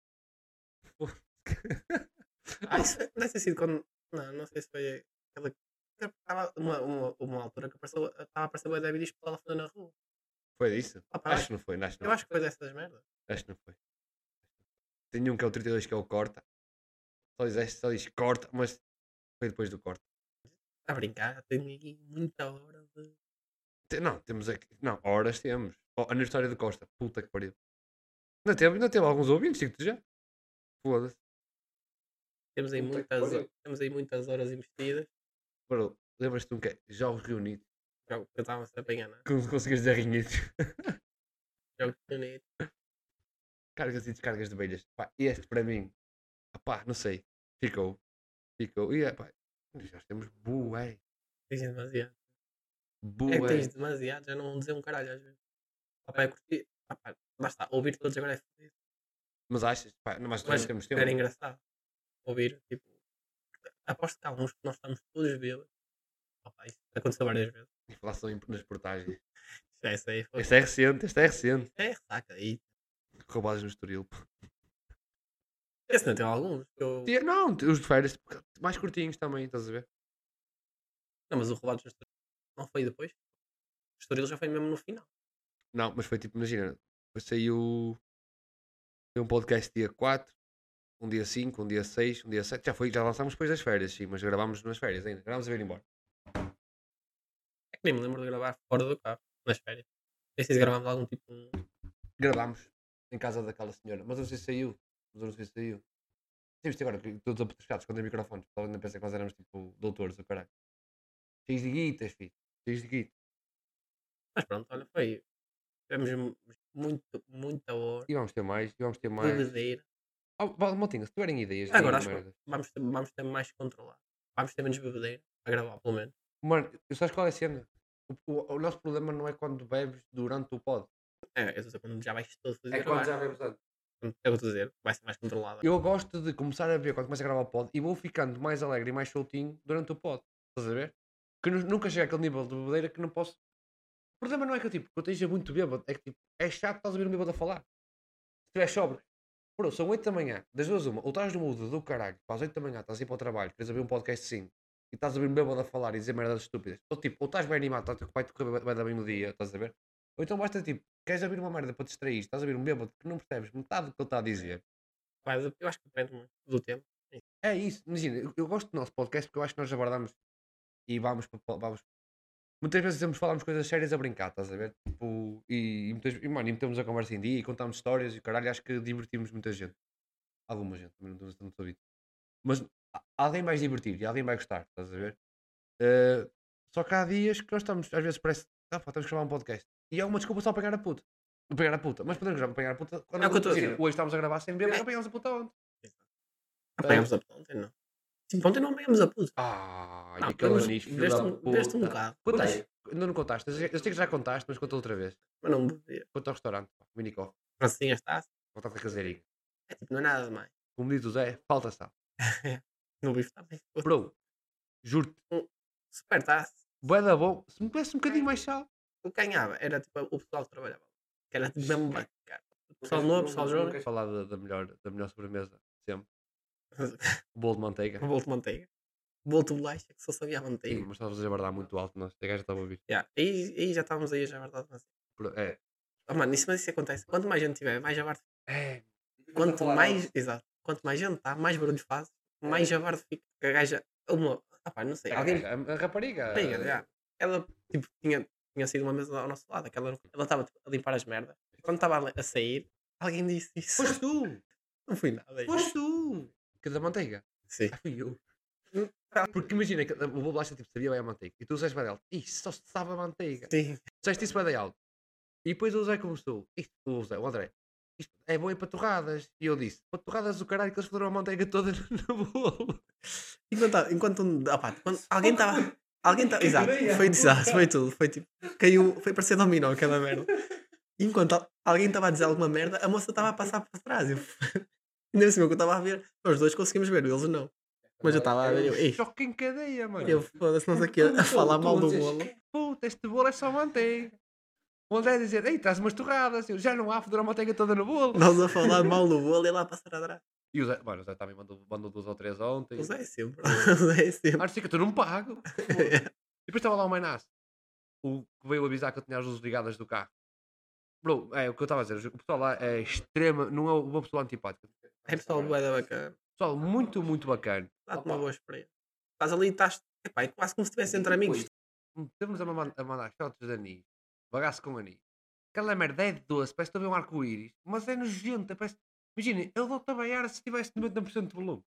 Isso deve ter sido quando. Não sei se foi aquela. Estava uma altura que estava a aparecer o David e o pessoal a fazer na rua. Foi isso? Pá, Acho que não foi. eu acho que foi dessas merdas. Acho que não foi. Tem um que é o 32 que é o corta. Só diz corta, mas foi depois do corte. A brincar, tenho aqui muita hora de. Não, temos aqui. Não, horas temos. Oh, a história do Costa. Puta que pariu. Ainda teve alguns ouvintes, digo-te já. Foda-se. Temos aí, temos aí muitas horas investidas. Bro, lembras-te de um que é Jogos Reunidos? Jogo que eu estava a apanhar, não é? Conseguires dizer rinhitos. Jogo bonito. Cargas e descargas de abelhas. Pá, este para mim. Pá, não sei. Ficou. E pá, já temos bué. Dizem demasiado. É que Bué. tens demasiado, já não vão dizer um caralho às vezes. Opa, eu curti. Opa, lá está, ouvir todos agora é fodido. Mas achas? Pá, mas Mas temos tempo. era engraçado. Ouvir, tipo. Aposto que há uns que nós estamos todos bêbados. Opa, isso aconteceu várias vezes. Inflação nas portagens. Já isso aí foi. Este é recente. É ressaca aí. Roubados no Estoril. Esse não tem alguns. Que eu... Não, os de férias mais curtinhos também, estás a ver? Não, mas o Roubados no Estoril não foi depois. O Estoril já foi mesmo no final. Não, mas foi tipo, imagina, saiu um podcast dia 4, um dia 5, um dia 6, um dia 7, já lançámos depois das férias, sim, mas gravámos nas férias ainda, gravámos a vir embora. É que nem me lembro de gravar fora do carro, nas férias. Nem sei se gravámos algum tipo. Gravámos em casa daquela senhora, mas eu não sei se saiu. Temos agora, que todos apetrechados com os microfones, só ainda pensei que nós éramos tipo doutores, o caralho. Cheios de guitas, filho, cheios de guitas. Mas pronto, olha, foi. Tivemos muita hora. E vamos ter mais, e vamos ter mais. Bebedeira. Maltinha, se tiverem ideias de Agora acho que merdas. vamos ter mais controlado. Vamos ter menos bebedeira. A gravar, pelo menos. Mano, sabes qual é a cena? O nosso problema não é quando bebes durante o pod. Eu estou a dizer, quando já vais todo fazer. É quando já bebes antes. É o que eu estou a dizer. Vai ser mais controlado. Eu gosto de começar a ver quando começo a gravar o pod e vou ficando mais alegre e mais soltinho durante o pod. Estás a ver? Que nunca chega àquele nível de bebedeira que não posso. O problema não é que eu, tipo, que eu esteja muito bêbado. É que tipo, é chato estás a ver um bêbado a falar. Se estiver sóbrio. Bro, são 8 da manhã, das duas uma. Ou estás no mood do caralho, para as 8 da manhã, estás a ir para o trabalho, queres ouvir um podcast sim, e estás a ver um bêbado a falar e dizer merdas estúpidas. Ou tipo, ou estás bem animado, vai-te correr vai dar bem no dia, estás a ver? Ou então basta tipo, queres ouvir uma merda para te distrair, estás a ver um bêbado que não percebes metade do que ele está a dizer. Eu acho que depende muito do tempo. É isso, imagina, eu gosto do nosso podcast porque eu acho que nós abordamos e vamos. Muitas vezes falamos coisas sérias a brincar, estás a ver? Tipo, mano, e metemos a conversa em dia e contamos histórias e caralho, acho que divertimos muita gente. Alguma gente, também não estou tanto ouvido. Mas alguém vai se divertir e alguém vai gostar, estás a ver? Só que há dias que nós estamos, às vezes parece, temos que gravar um podcast. E é uma desculpa só apanhar a puta. Apanhar a puta. Mas podemos apanhar a puta quando É o que eu estou a dizer. hoje estamos a gravar sem beber, apanhamos a puta ontem. Apanhamos a puta ontem, não. Tipo, ontem não apanhamos a puta. Ah, Não, e aquele mas anis, filho veste da um puta. bocado. Contaste? Ainda não contaste. Eu sei que já contaste, mas conta outra vez. Mas não beber. Conta ao restaurante, pá. Minicoff. Francinhas está. Contaste a caseirinha. É tipo, não é nada demais. Como diz o Zé, falta sal. No bife também. Bro, juro-te. Super taça. Bué da bom. Se me pudesse um bocadinho mais sal. O que ganhava era tipo o pessoal que trabalhava. Que era tipo mesmo bacana. O pessoal novo, o pessoal jovem. Queres falar da melhor sobremesa sempre? O bolo de manteiga. O bolo de manteiga. O bolo de bolacha que só sabia a Sim, manteiga. mas estavas a abordar muito alto, nós. A gaja estava a ouvir. Yeah. Aí já estávamos aí, já é verdade. Mas... É. Oh, mano, mas isso acontece. Quanto mais gente tiver, mais javarde. É. Quanto mais. Exato. Quanto mais gente está, mais barulho faz, mais javarde fica. A gaja. Não sei. Alguém. A rapariga. Já. Ela tipo, tinha sido uma mesa ao nosso lado. Ela estava tipo, a limpar as merdas. E quando estava a sair, alguém disse isso. Foste tu! Não fui nada. Foste tu! Que da manteiga? Sim. Fui eu. Porque imagina que o bolo de bolacha tipo, sabia bem a manteiga. E tu disseste para ela, isso só se sabe a manteiga. Sim. Disseste isso para dar alto. E depois o Zé começou. O André. Isto é bom para torradas. E eu disse, para torradas do caralho que eles foram a manteiga toda no bolo. Enquanto alguém estava. Exato, foi tudo. Foi tipo. Caiu. Foi parecer dominó aquela merda. Enquanto alguém estava a dizer alguma merda, a moça estava a passar por trás. Ainda assim, eu estava a ver. Nós dois conseguimos ver, eles não. Mas eu estava a ver. Choque em cadeia, mano. Eu foda-se, nós aqui a falar mal do bolo. Puta, este bolo é só manteiga. O André a dizer, ei, traz umas torradas. Eu, já não há, fodeu a manteiga toda no bolo. Nós a falar mal do bolo e ele a passar atrás. E o Zé também mandou 2 ou 3 ontem. O Zé é sempre. O Zé é sempre. Ah, que eu não pago. E depois estava lá o Mainás. O que veio avisar que eu tinha as luzes ligadas do carro. Bro, é o que eu estava a dizer. O pessoal lá é extrema. Não é uma pessoa antipática. É pessoal bué da bacana. Pessoal muito, muito bacana. Dá-te uma boa experiência. Estás ali e estás. Epá, é quase como se estivesse entre amigos. Temos a mandar shots de anis. Bagaço com anis. Aquela merda é doce. Parece que estou a ver um arco-íris. Mas é nojenta. Parece... Imagina, eu dou-te a baiar se tivesse 90% de volume.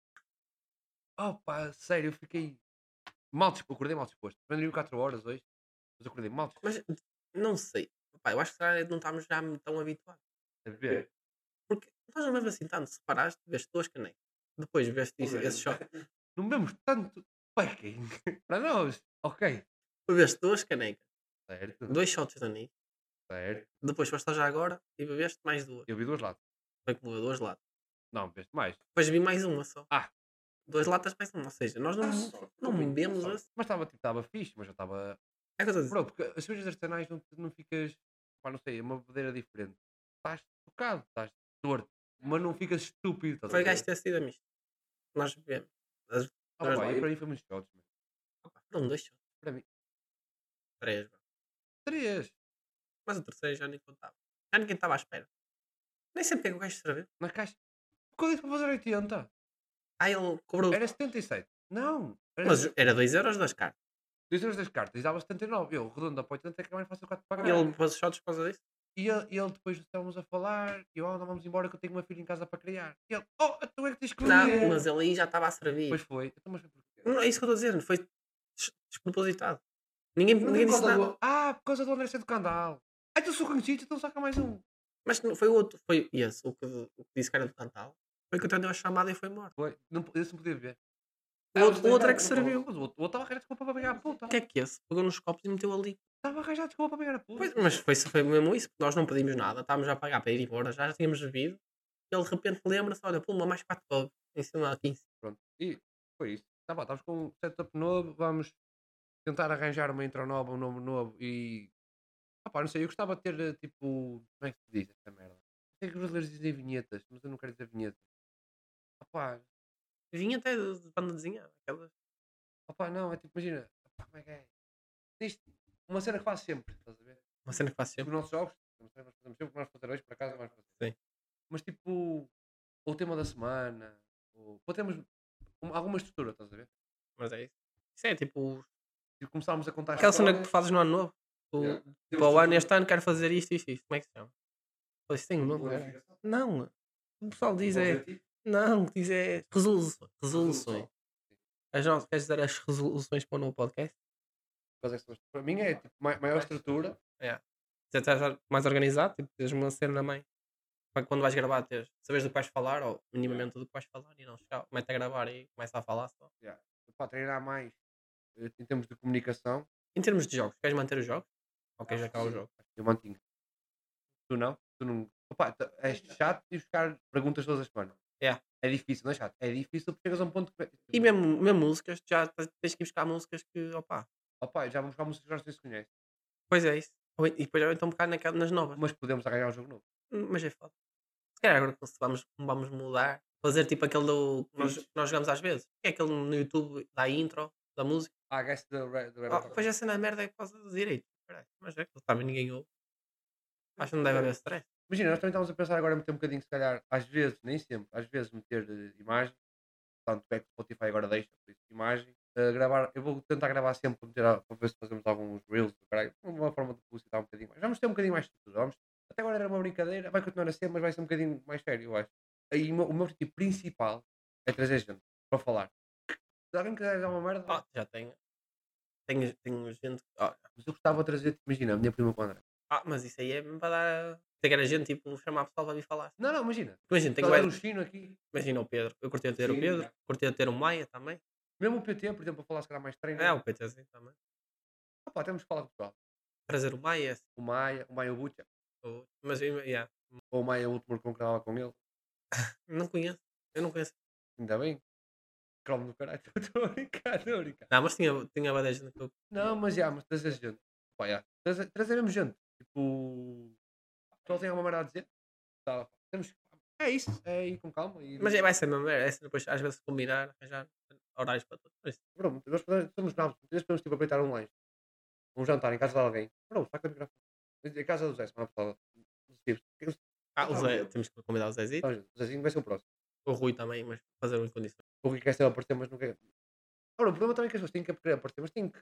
Opa, sério, eu fiquei mal disposto. Acordei mal disposto. Dormi 4 horas hoje. Mas acordei mal disposto. Mas não sei. Epá, eu acho que não estamos já tão habituados. A beber. Porque nós não mesmo assim tanto. Se paraste, veste 2 canecas. Depois veste esse shot. Não bebemos tanto. Para quem? Para nós. Ok. Bebeste 2 canecas. Certo. 2 shots de anis. Certo. Depois foste já agora e bebeste mais 2. Eu vi 2 latas. Foi como 2 latas. Não, bebeste mais. Depois vi mais uma só. Ah. 2 latas mais uma. Ou seja, nós não bebemos assim. Mas estava fixe, mas já estava... É que eu estou a dizer. Bro, porque as cervejas artesanais não ficas... Pá, não sei, é uma bebedeira diferente. Estás tocado, estás torto. Mas não ficas estúpido. Estás a Foi ver? gajo ter sido a misto. Nós bebemos. Ah, pá, e para mim foi muitos shots. Não, 2 shots. Para mim... 3. 3. Mas o terceiro já nem contava. Já ninguém estava à espera. Nem sei porque é que o gajo serviu. Na caixa. Porque eu disse para fazer 80. Ah, ele cobrou. Era 77. Não. Era Mas era 2 euros das cartas. 2 euros das cartas. E dava 79. Eu, redondo para 80, é que é mais fácil 4 E pagar. ele pôs os shots por causa disso. E ele depois estávamos a falar. E eu, não vamos embora que eu tenho uma filha em casa para criar. E ele, oh, tu é que tens que Não, vir. mas ele aí já estava a servir. Depois foi. Então, mas foi porquê? Não, é isso que eu estou a dizer. Foi despropositado. Ninguém Por disse causa nada. por causa do André ser do Candal. Ah, então sou conhecido, então saca mais um. Mas não foi o outro, foi esse, o que disse que era do Cantal. Foi que atendeu a chamada e foi embora. Foi. Não, esse não podia ver. O outro é que serviu. Mas o outro estava a arranjar desculpa para pegar a puta. O que é que esse? Pegou nos copos e meteu ali. Estava a arranjar desculpa para pegar a puta. Pois, mas foi mesmo isso, porque nós não pedimos nada, estávamos a pagar para ir embora, já tínhamos bebido. Ele de repente lembra-se, olha, puma, mais 4 copos, em cima de 15. Pronto. E foi isso. Tá bom, estamos com um setup novo. Vamos tentar arranjar uma intro nova, um nome novo e. Opá, não sei, eu gostava de ter tipo. Como é que se diz esta merda? Sei que os brasileiros dizem vinhetas, mas eu não quero dizer vinhetas. Opá, Vinha até de banda desenhada, aquelas. opá, não, é tipo, imagina. Opá, como é que é? Isto, uma cena que faço sempre, estás a ver? Uma cena que faço Os sempre. nossos jogos, nós fazemos sempre o que nós fazer hoje, para casa vamos fazer. Sim. Mas tipo, ou o tema da semana, ou temos alguma estrutura, estás a ver? Mas é isso. Isso é tipo Tipo, começámos a contar aquela cena que tu histórias. fazes no ano novo. Tu, Yeah. Para o ano, este ano quero fazer isto, isto, isto. Como é que se chama? Pô, isso tem um nome, cara. Não. O pessoal diz é. Não, diz é resoluções. Resoluções. Queres dizer as resoluções para o novo podcast? Quais é que são as- Para mim é tipo, maior estrutura. É. Já estás mais organizado, tipo, tens uma cena na mãe. Para quando vais gravar, saberes do que vais falar, ou minimamente do que vais falar, e não chegar, mete a gravar e começa a falar só. Yeah. Para treinar mais em termos de comunicação, Em termos de jogos, queres manter os jogos? Ou queres acabar o jogo? eu mantinha. Tu não? Tu não. Opa, é chato ir buscar perguntas todas as semanas. Yeah. É difícil, não é chato? É difícil porque chegas a um ponto que. E mesmo músicas, já tens que ir buscar músicas que, opá, Opa, já vamos buscar músicas que já não sei se conhece. pois é isso. E depois já então um bocado nas novas. Mas podemos arranjar um jogo novo. Mas é foda. Se calhar agora se vamos mudar, fazer tipo aquele que nós jogamos às vezes. Que é aquele no YouTube da intro, da música. Ah, guess the Red Depois a cena merda é por causa dos direitos. Caralho, mas é que também ninguém ouve. Acho que não deve haver stress. Imagina, nós também estamos a pensar agora em meter um bocadinho, se calhar, às vezes, nem sempre, às vezes meter imagem. Tanto é que o Spotify agora deixa, por isso, imagem. Gravar, eu vou tentar gravar sempre para ver se fazemos alguns reels, caralho, uma forma de publicitar um bocadinho mais. Vamos ter um bocadinho mais de estrutura. Até agora era uma brincadeira, vai continuar a ser, mas vai ser um bocadinho mais sério, eu acho. Aí o meu objetivo principal é trazer gente para falar. Se alguém quiser dar uma merda, Já tenho. Tenho gente. mas eu gostava de trazer, imagina, a minha prima com o André. Mas isso aí é mesmo para dar. Tem que era gente, tipo, chamar a pessoa para vir falar. Não, não, imagina. Imagina, tenho Está a ver o chino aqui. imagina o Pedro. Eu curti a ter o Sim, Pedro, já. curti a ter o Maia também. Mesmo o PT, por exemplo, para falar se calhar mais treino. É, o PTzinho também. Opa, temos que falar com o pessoal. Trazer o Maia. O Maia Bucha, Mas, yeah, ou o Maia último que gravava com ele. não conheço. Eu não conheço. Ainda bem. Cromo do caralho. Estou a brincar, estou a brincar. Não, mas tinha bué da gente que eu. Não, mas já, mas trazer gente. Pá, já. Trazer mesmo gente. Tipo, o pessoal tem alguma merda a dizer? Tá, temos, é isso, é ir com calma. E, Mas vai ser mesmo. É assim, depois, às vezes, combinar, arranjar horários para todos. Mas, pronto, nós somos novos. Às vezes podemos tipo, aproveitar um lanche. Um jantar em casa de alguém. Pronto, saca o microfone. Em casa do Zé, semana passada. o Zé, temos que convidar o Zezito. O Zezinho vai ser o próximo. O Rui também, mas fazer em condições. O Rui quer ser aparecer, mas não quer. Ora, o problema também é que as pessoas têm que querer aparecer, mas têm que.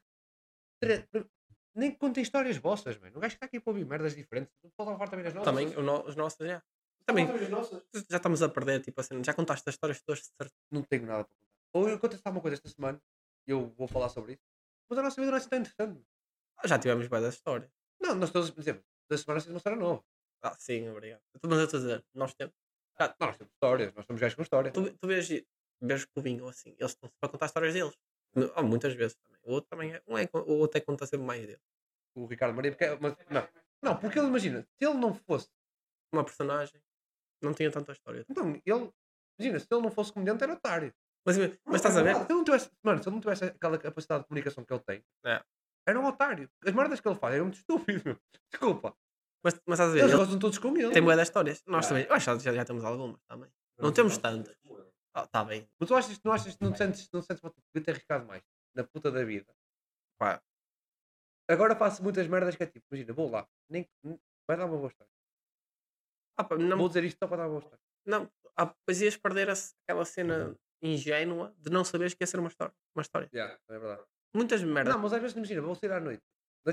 Nem que contem histórias vossas, mano. O gajo está aqui para ouvir merdas diferentes. Pode falar também das nossas. Também, os nossos, já. Também, Também as nossas. já estamos a perder, tipo assim, já contaste as histórias todas de certeza. Não tenho nada para contar. Ou eu conto alguma coisa esta semana e eu vou falar sobre isso. Mas a nossa vida não é assim tão interessante. Já tivemos bem dessa história. Não, nós todos, por exemplo, da semana é uma história nova. Sim, obrigado. Mas eu estou a dizer, nós temos. Nós temos histórias, nós somos gajos com história. Tu vês que o Vinho assim, eles estão para contar histórias deles. Muitas vezes também. O outro também é. O outro é que conta sempre mais dele. O Ricardo Maria, porque, não, porque ele imagina, se ele não fosse, Uma personagem não tinha tanta história. então ele, imagina, se ele não fosse comediante era otário. Mas estás a ver? Se ele não tivesse, mano, se ele não tivesse aquela capacidade de comunicação que ele tem, É. era um otário. As merdas que ele faz eram muito estúpido, meu. Desculpa. Mas estás a ver? Eles Ele gostam todos com ele. tem boas histórias. Nós também. Eu acho que já temos algumas também. Não temos tantas. Tá bem. Mas não te sentes para ter arriscado mais na puta da vida. Pá. Agora faço muitas merdas que é tipo, imagina, vou lá, vai dar uma boa história. Não, Vou dizer isto só para dar uma boa história. não. Depois ias perder aquela cena ingênua de não saberes que ia ser uma história. É verdade. Muitas merdas. Não, mas às vezes imagina, vou sair à noite.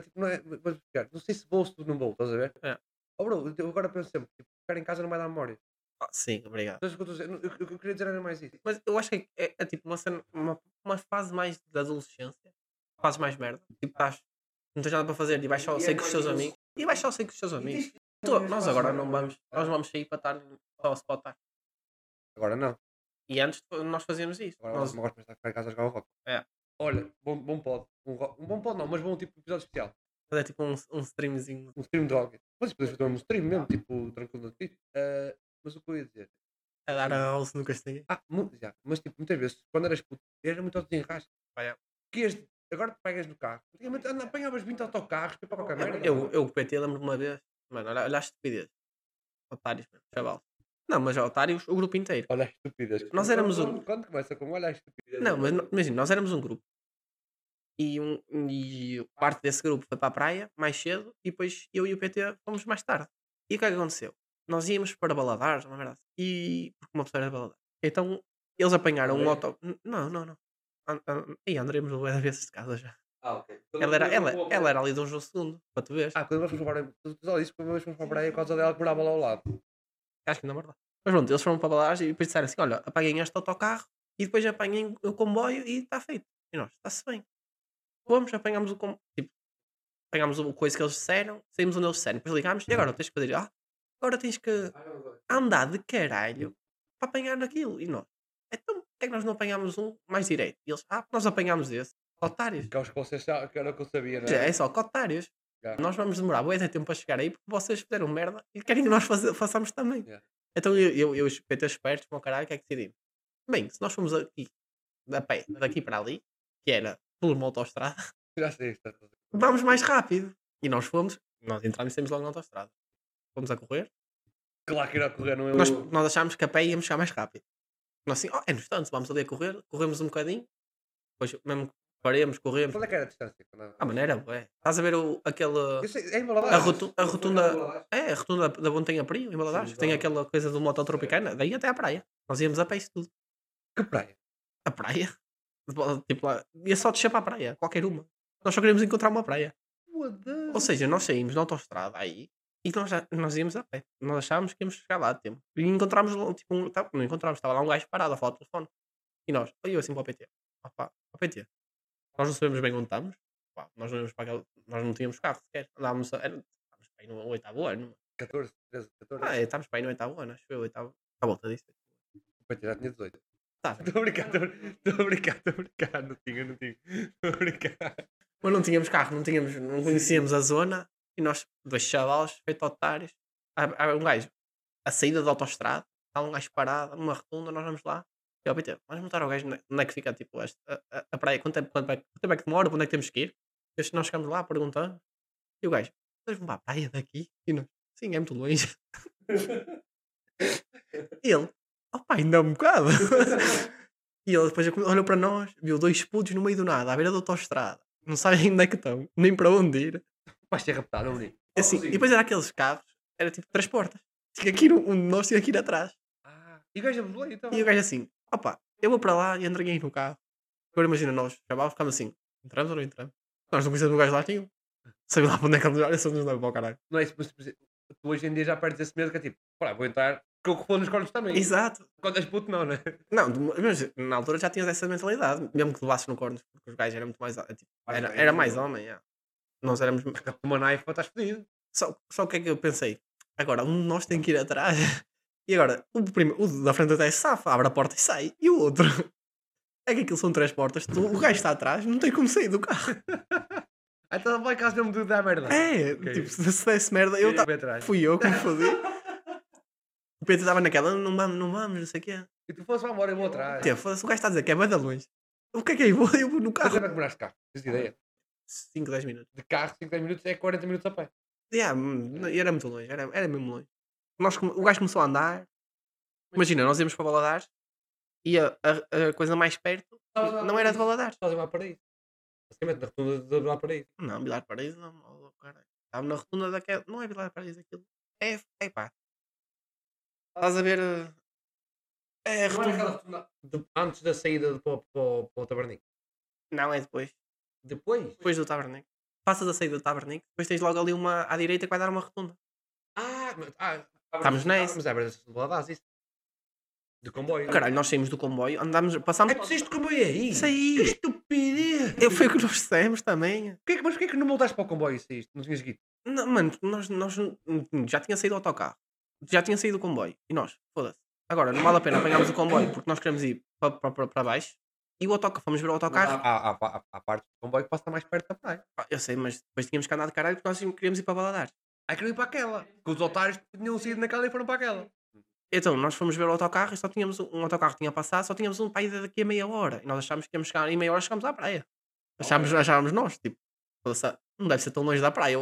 Não sei se vou ou se não vou, estás a ver? É. Oh, bro, eu agora penso sempre, tipo, ficar em casa não vai dar memória. Sim, obrigado. Sabes o que eu estou a dizer? Eu queria dizer era mais isso. Mas eu acho que é tipo uma cena, uma fase mais da adolescência. Fazes mais merda. Tipo, não tens nada para fazer e vais só sair com os teus amigos. E vais só sair com os teus amigos. Nós agora não vamos. Nós vamos sair para estar só a spotar. Agora não. E antes nós fazíamos isso. Agora Nós, não gosto de estar cá em casa a jogar o rock. é, Olha, bom pod. Um bom pod não, mas bom tipo episódio especial. fazer tipo um streamzinho. Um stream de rock. Mas podes fazer um stream mesmo, tipo, tranquilo na Twitch. Mas o que eu ia dizer? A dar a house no castanho. Já. Mas tipo, muitas vezes, quando eras puto, era muito ao desenrasco. Pá, é. Agora te pegas no carro. Antigamente apanhavas 20 autocarros para qualquer merda. Eu com o PT lembro-me de uma vez. Mano, olha a estupidez. Otários, mano, chaval. Não, mas otários, o grupo inteiro. Olha a estupidez. Nós éramos Quando começa com olha a estupidez. Não, mas imagina, nós éramos um grupo. E parte desse grupo foi para a praia mais cedo e depois eu e o PT fomos mais tarde. E o que é que aconteceu? Nós íamos para Baladares, uma merda assim. E porque uma pessoa era de Baladares. Então eles apanharam um André? auto. Não. E andaremos bué de vezes de casa já. Ok. Ela era ali de um jogo segundo, para tu veres. Quando nós fomos para a praia, tu só disse que uma vez fomos para a praia por causa dela que morava lá ao lado. Acho que não é verdade. Mas pronto, eles foram para Baladares e depois disseram assim: olha, apaguem este autocarro e depois apanhem o comboio e está feito. E nós, está-se bem. Fomos, apanhámos o comboio. Tipo, apanhámos o coisa que eles disseram, saímos onde eles disseram, depois ligámos e agora tens que fazer. Agora tens que andar de caralho para apanhar naquilo. E nós, então porquê é que nós não apanhámos um mais direito? E eles, nós apanhámos esse. Otários. Que aos que vocês já, que era o que eu sabia, não É só que otários. Yeah. Nós vamos demorar bué de tempo para chegar aí porque vocês fizeram merda e querem que nós façamos também. Yeah. Então eu e os PT espertos, para o caralho, o que é que decidimos? Bem, se nós fomos aqui, a pé, daqui para ali, que era por uma autostrada, Já sei isto. vamos mais rápido. E nós fomos, nós entramos e saímos logo na autostrada. Fomos a correr. Claro que ir a correr, não é? Nós achámos que a pé íamos chegar mais rápido. Nós assim, é no instante, vamos ali a correr, corremos um bocadinho, depois mesmo que paremos, corremos. Qual é que era a distância? Maneira, ué. Estás a ver aquele. Eu sei, é em Valadares. A rotunda. É, a rotunda da Montanha Prio, em Valadares. Sim, Tem claro. aquela coisa do moto tropicana, daí até à praia. Nós íamos a pé isso tudo. Que praia? A praia? Tipo lá, ia só descer para a praia, qualquer uma. Nós só queríamos encontrar uma praia. Ou seja, nós saímos na autostrada aí e nós íamos a pé. Nós achávamos que íamos chegar lá a tempo. E encontramos lá, tipo, não encontramos, estava lá um gajo parado a falar ao telefone. E nós, eu assim para o PT. Opa, ao PT. Nós não sabemos bem onde estamos. Pá, nós não íamos para aquela, nós não tínhamos carro sequer. Estávamos para aí no 8º ano. 14, 13, 14. Estávamos para aí no 8º ano, acho que foi o 8º. À volta disso. Depois já tinha 18. Tá. Estou a brincar. Não tinha. Estou a brincar. Mas não tínhamos carro, não conhecíamos a zona. E nós, dois chavalos, feito otários. Há um gajo, a saída da autostrada, está um gajo parado, numa rotunda, nós vamos lá. E ao PT, vamos montar ao gajo, onde é que fica tipo a praia, quanto tempo é que demora, para onde é que temos que ir? E nós chegamos lá, perguntamos. E o gajo, vocês vão para a praia daqui? E nós, sim, é muito longe. E ele, opa, ainda é um bocado. E ele depois olhou para nós, viu dois putos no meio do nada, à beira da autostrada. Não sabem onde é que estão, nem para onde ir. Vais ser raptado, não é? Assim, e depois era aqueles carros, era tipo 3 portas. Tinha que ir um de nós, tinha que ir atrás. E o gajo abusou então? E o gajo assim, opa, eu vou para lá e entreguei no carro. Agora imagina nós, já ficamos assim, entramos ou não entramos? Nós não conhecemos o gajo lá nenhum. Sabe lá para onde é que ele nos olha, só nos leva para o caralho. Não é isso, mas tu hoje em dia já perdes esse medo que é tipo, pá, vou entrar, que eu vou nos cornos também. Exato. Quando és puto, não, né? Não, mas na altura já tinhas essa mentalidade, mesmo que levasses no corno, porque os gajos eram muito mais, tipo, era mais homem, yeah. Nós éramos... Porque uma naifa estás fodido. Só o que é que eu pensei? Agora, um de nós tem que ir atrás. E agora, o da frente até safa, abre a porta e sai. E o outro? É que aquilo são 3 portas. O gajo está atrás, não tem como sair do carro. Então vai caso mesmo de dar merda. É, Ok. tipo, se desse merda, fui eu que me fodi. O Pedro estava naquela, não vamos, não sei o quê. E tu fosse, vai embora, eu vou atrás. Tipo, foda-se, o gajo está a dizer que é bem de longe. O que é que é? Eu vou no Quanto carro. tempo é que demoraste de carro? Tens ideia? 5, 10 minutos. De carro, 5, 10 minutos é 40 minutos a pé. Yeah, e era muito longe, era mesmo longe. O gajo começou a andar. Imagina, nós íamos para Valadares e a coisa mais perto não era de Valadares. Estás a ir lá para aí. Basicamente, na rotunda de lá para aí. Não, Vilar Paraíso não, oh, caralho. Estava na rotunda daquela. Não é Vilar Paraíso aquilo. É pá. Estás a ver. É a Não era aquela rotunda. rotunda antes da saída para o Tabernico. Não, é depois. Depois? Depois do Tabernico. Passas a saída do Tabernico, depois tens logo ali uma à direita que vai dar uma rotunda. Estamos nessa. Mas é verdade, de Valadares, isso. De comboio. Caralho, nós saímos do comboio, andámos, passámos. É que saíste de comboio aí? Saí. Que estupidez! Foi o que nós dissemos também. Mas porquê que não voltaste para o comboio e saíste? Não tinhas guito? Não, mano, nós já tinha saído o autocarro. Já tinha saído o comboio. E nós, foda-se. Agora, não vale a pena apanharmos o comboio porque nós queremos ir para baixo. E o autocarro, fomos ver o autocarro. Há parte do comboio que passa mais perto da praia. Eu sei, mas depois tínhamos que andar de caralho porque nós queríamos ir para Valadares. Aí queriam ir para aquela. Porque os otários tinham saído naquela e foram para aquela. Então, nós fomos ver o autocarro e só tínhamos um autocarro que tinha passado, só tínhamos um para ir daqui a meia hora. E nós achámos que íamos chegar em meia hora, chegámos à praia. Achávamos nós, tipo, foda-se, não deve ser tão longe da praia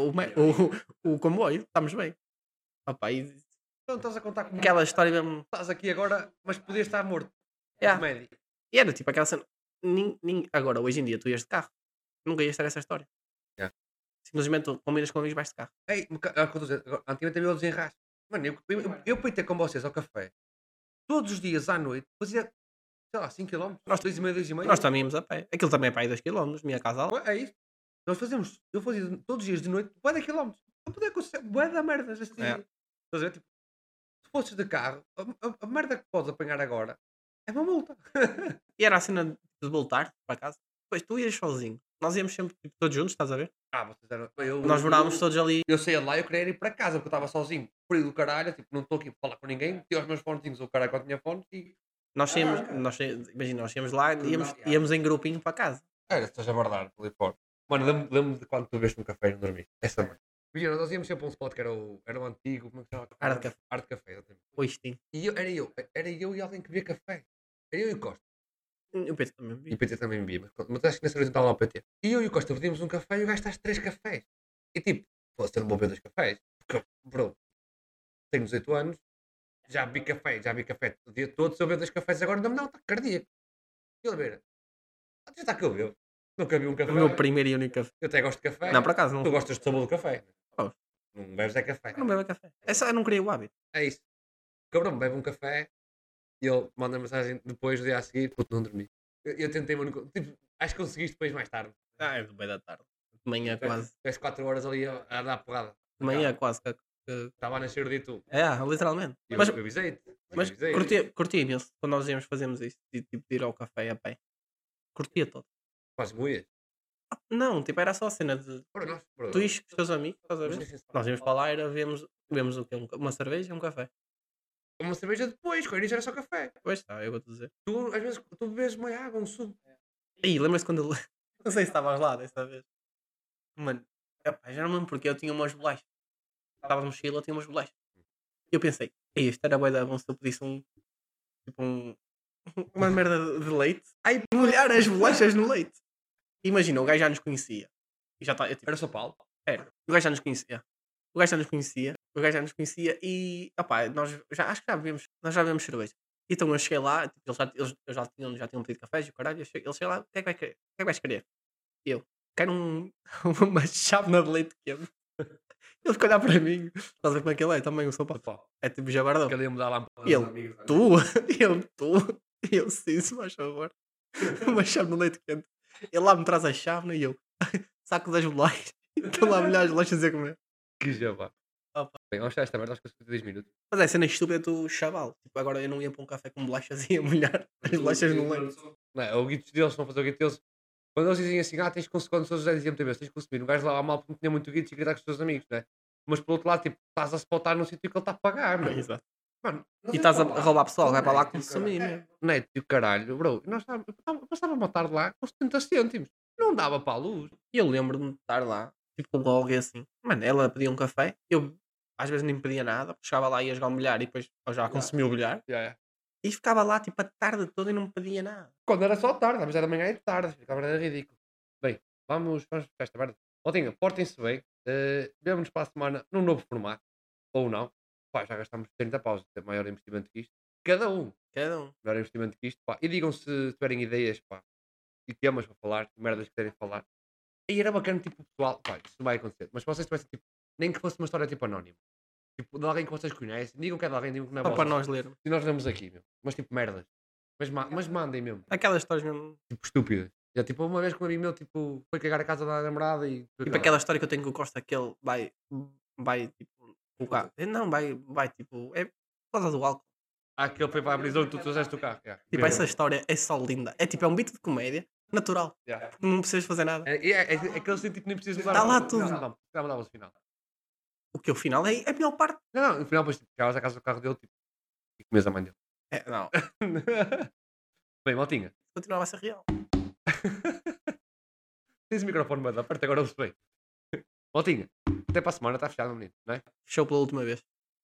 o comboio, estamos bem. Opa, e Então estás a contar comigo. aquela história mesmo. Estás aqui agora, mas podias estar morto. Yeah. Comédia. E era tipo aquela cena. Agora, hoje em dia, tu ias de carro. Nunca ias ter essa história. Yeah. Simplesmente tu combinas com amigos, vais de carro. Ei, antigamente havia o desenrasque. Mano, eu para ir ter com vocês ao café, todos os dias à noite, fazia, sei lá, 5km, Nós- 2,5, 2,5. Nós também íamos a pé. Aquilo também é para aí 2 km, minha casa lá. É isso. Eu fazia todos os dias de noite, bué de quilómetros. Não podia acontecer, bué da merda. Assim. É. Estás a ver? Tipo, se fosses de carro, a merda que podes apanhar agora é uma multa. E era a cena de voltar para casa. Depois tu ias sozinho. Nós íamos sempre tipo, todos juntos, estás a ver? Vocês eram. Nós morávamos todos ali. Eu saía de lá e eu queria ir para casa porque eu estava sozinho, frio do caralho, tipo, não estou aqui para falar com ninguém, tinha os meus fonezinhos, o caralho quando tinha fones e. Nós imagina, nós íamos lá e íamos em grupinho para casa. Era, estás a bardar por ali fora. Mano, lembro-me de quando tu veste um café e não dormi. Essa merda. Imagina, nós íamos sempre a um spot que era o antigo, como é que se chama? Arte de Café. Arte de Café, exatamente. Pois sim. E era eu e alguém que bebia café. Era eu e o Costa. Eu penso também. E o PT também bebia, mas acho que nessa vez não estava lá o PT. E eu e o Costa pedimos um café e o gajo está às 3 cafés. E tipo, fosse eu não vou beber 2 cafés. Porque, bro, tenho 18 anos, já bebi café o dia todo, se eu beber 2 cafés agora, não, está cardíaco. E ele beber, já está que eu bebo. Nunca vi um café. O meu primeiro e único café. Eu até gosto de café. Não, por acaso não. Tu gostas do sabor do café. Gosto. Não bebes é café. Não bebo café. É só, eu não queria o hábito. É isso. O cabrão bebe um café e ele manda mensagem depois, no dia a seguir, puto, não dormi. Eu tentei, tipo, acho que conseguiste depois mais tarde. É do meio da tarde. De manhã quase. Tiveste 4 horas ali a dar porrada. De manhã quase. Estava a nascer de tu. É, literalmente. E Mas, eu avisei-te. mas curtia imenso quando nós íamos fazermos isso. Tipo, de ir ao café a pé. Curtia todo. Faz moias. Não, tipo, era só a cena de tu ires com os teus amigos, estás a ver? Nós íamos para lá e vemos o quê? Uma cerveja e um café. Uma cerveja depois, com o início era só café. Pois está, eu vou-te dizer. Tu, às vezes, tu bebes uma água, um sumo. E lembras-te quando ele. Não sei se estavas lá dessa vez. Mano, epá, já não me lembro porque eu tinha umas bolachas. Estava na mochila, eu tinha umas bolachas. E eu pensei, isto era bué da bom se eu pedisse tipo uma merda de leite. Ai, molhar as bolachas no leite. Imagina, o gajo já nos conhecia. E já está. Era só Paulo. Era. O gajo já nos conhecia. O gajo já nos conhecia e opá, acho que nós já bebemos cerveja. Então eu cheguei lá, tipo, eles já tinham pedido cafés e o caralho, ele chega lá, o que é que vai querer? O que é que vais querer? E eu, quero uma chávena de leite quente. Ele ficou a olhar para mim, estás a ver como é que ele é? Também o São Paulo. É tipo jabardão. Que ele ia mudar lá E ele, tu? E eu, sim, se faz favor. Uma chávena de leite quente. Ele lá me traz a chávena e eu, saco das bolachas. Estou lá a molhar as bolachas e a comer. Que jabá. Opa. Bem, vamos fechar esta merda, acho que 10 minutos. Mas é cena estúpida do chaval. Tipo, agora eu não ia para um café com bolachas e ia molhar as bolachas no leite. Não é, o guito deles, não fazer o guito deles. Quando eles dizem assim, tens que consumir, quando os seus diziam muitas vezes, tens que consumir. O gajo lá mal porque não tinha muito guito e queria estar com os teus amigos, né? Mas por outro lado, tipo, estás a spotar num sítio que ele está a pagar, mano. Exato. Mano, E estás a roubar pessoal, vai para lá consumir mesmo. Neto e o caralho, bro, eu passava uma tarde lá com 70 cêntimos. Não dava para a luz. E eu lembro-me de estar lá, tipo, logo e assim. Mano, ela pedia um café, eu às vezes nem pedia nada, porque chegava lá e ia jogar um bilhar e depois eu já consumi o bilhar. E ficava lá, tipo, a tarde toda e não me pedia nada. Quando era só tarde, mas era de manhã e de tarde. Ficava era ridículo. Bem, vamos para esta merda. Otinha, portem-se bem. Vemo-nos para a semana num novo formato. Ou não. Pá, já gastamos 30 paus. Tem maior investimento que isto. Cada um. Maior investimento que isto. Pá. E digam se tiverem ideias, pá. E temas para falar. Merdas que querem falar. E era bacana, tipo, pessoal. Pá, isso não vai acontecer. Mas se vocês tivessem, tipo, nem que fosse uma história, tipo, anónima. Tipo, de alguém que vocês conhecem. Digam que é de alguém, digam que não é Só para vosso. nós lermos. E nós lemos aqui, meu. Mas, tipo, merdas. Mas mandem mesmo. Aquelas histórias mesmo. Tipo, estúpidas. Já, tipo, uma vez que um amigo meu, tipo, foi cagar a casa da namorada e... Tipo aquela história que eu tenho com o Costa, que ele vai tipo, o carro. Não, vai, tipo, é por causa do álcool. Ah, que ele foi para a prisão e tu trouxeste o carro. Yeah. Tipo, essa história é só linda. É tipo, é um beat de comédia, Natural. Yeah. Não precisas fazer nada. É que eles tipo, nem precisam mudar. Tá lá tudo. Não, mandava-se o final. O que? O final é a melhor parte. Não, no final depois tipo, chegavas à casa do carro dele tipo, e comias a mãe dele. Não. Bem, maltinha. Continuava a ser real. Tens o microfone mais perto, agora ouço bem. Maltinha, até para a semana está fechado, menino, não é? Fechou pela última vez.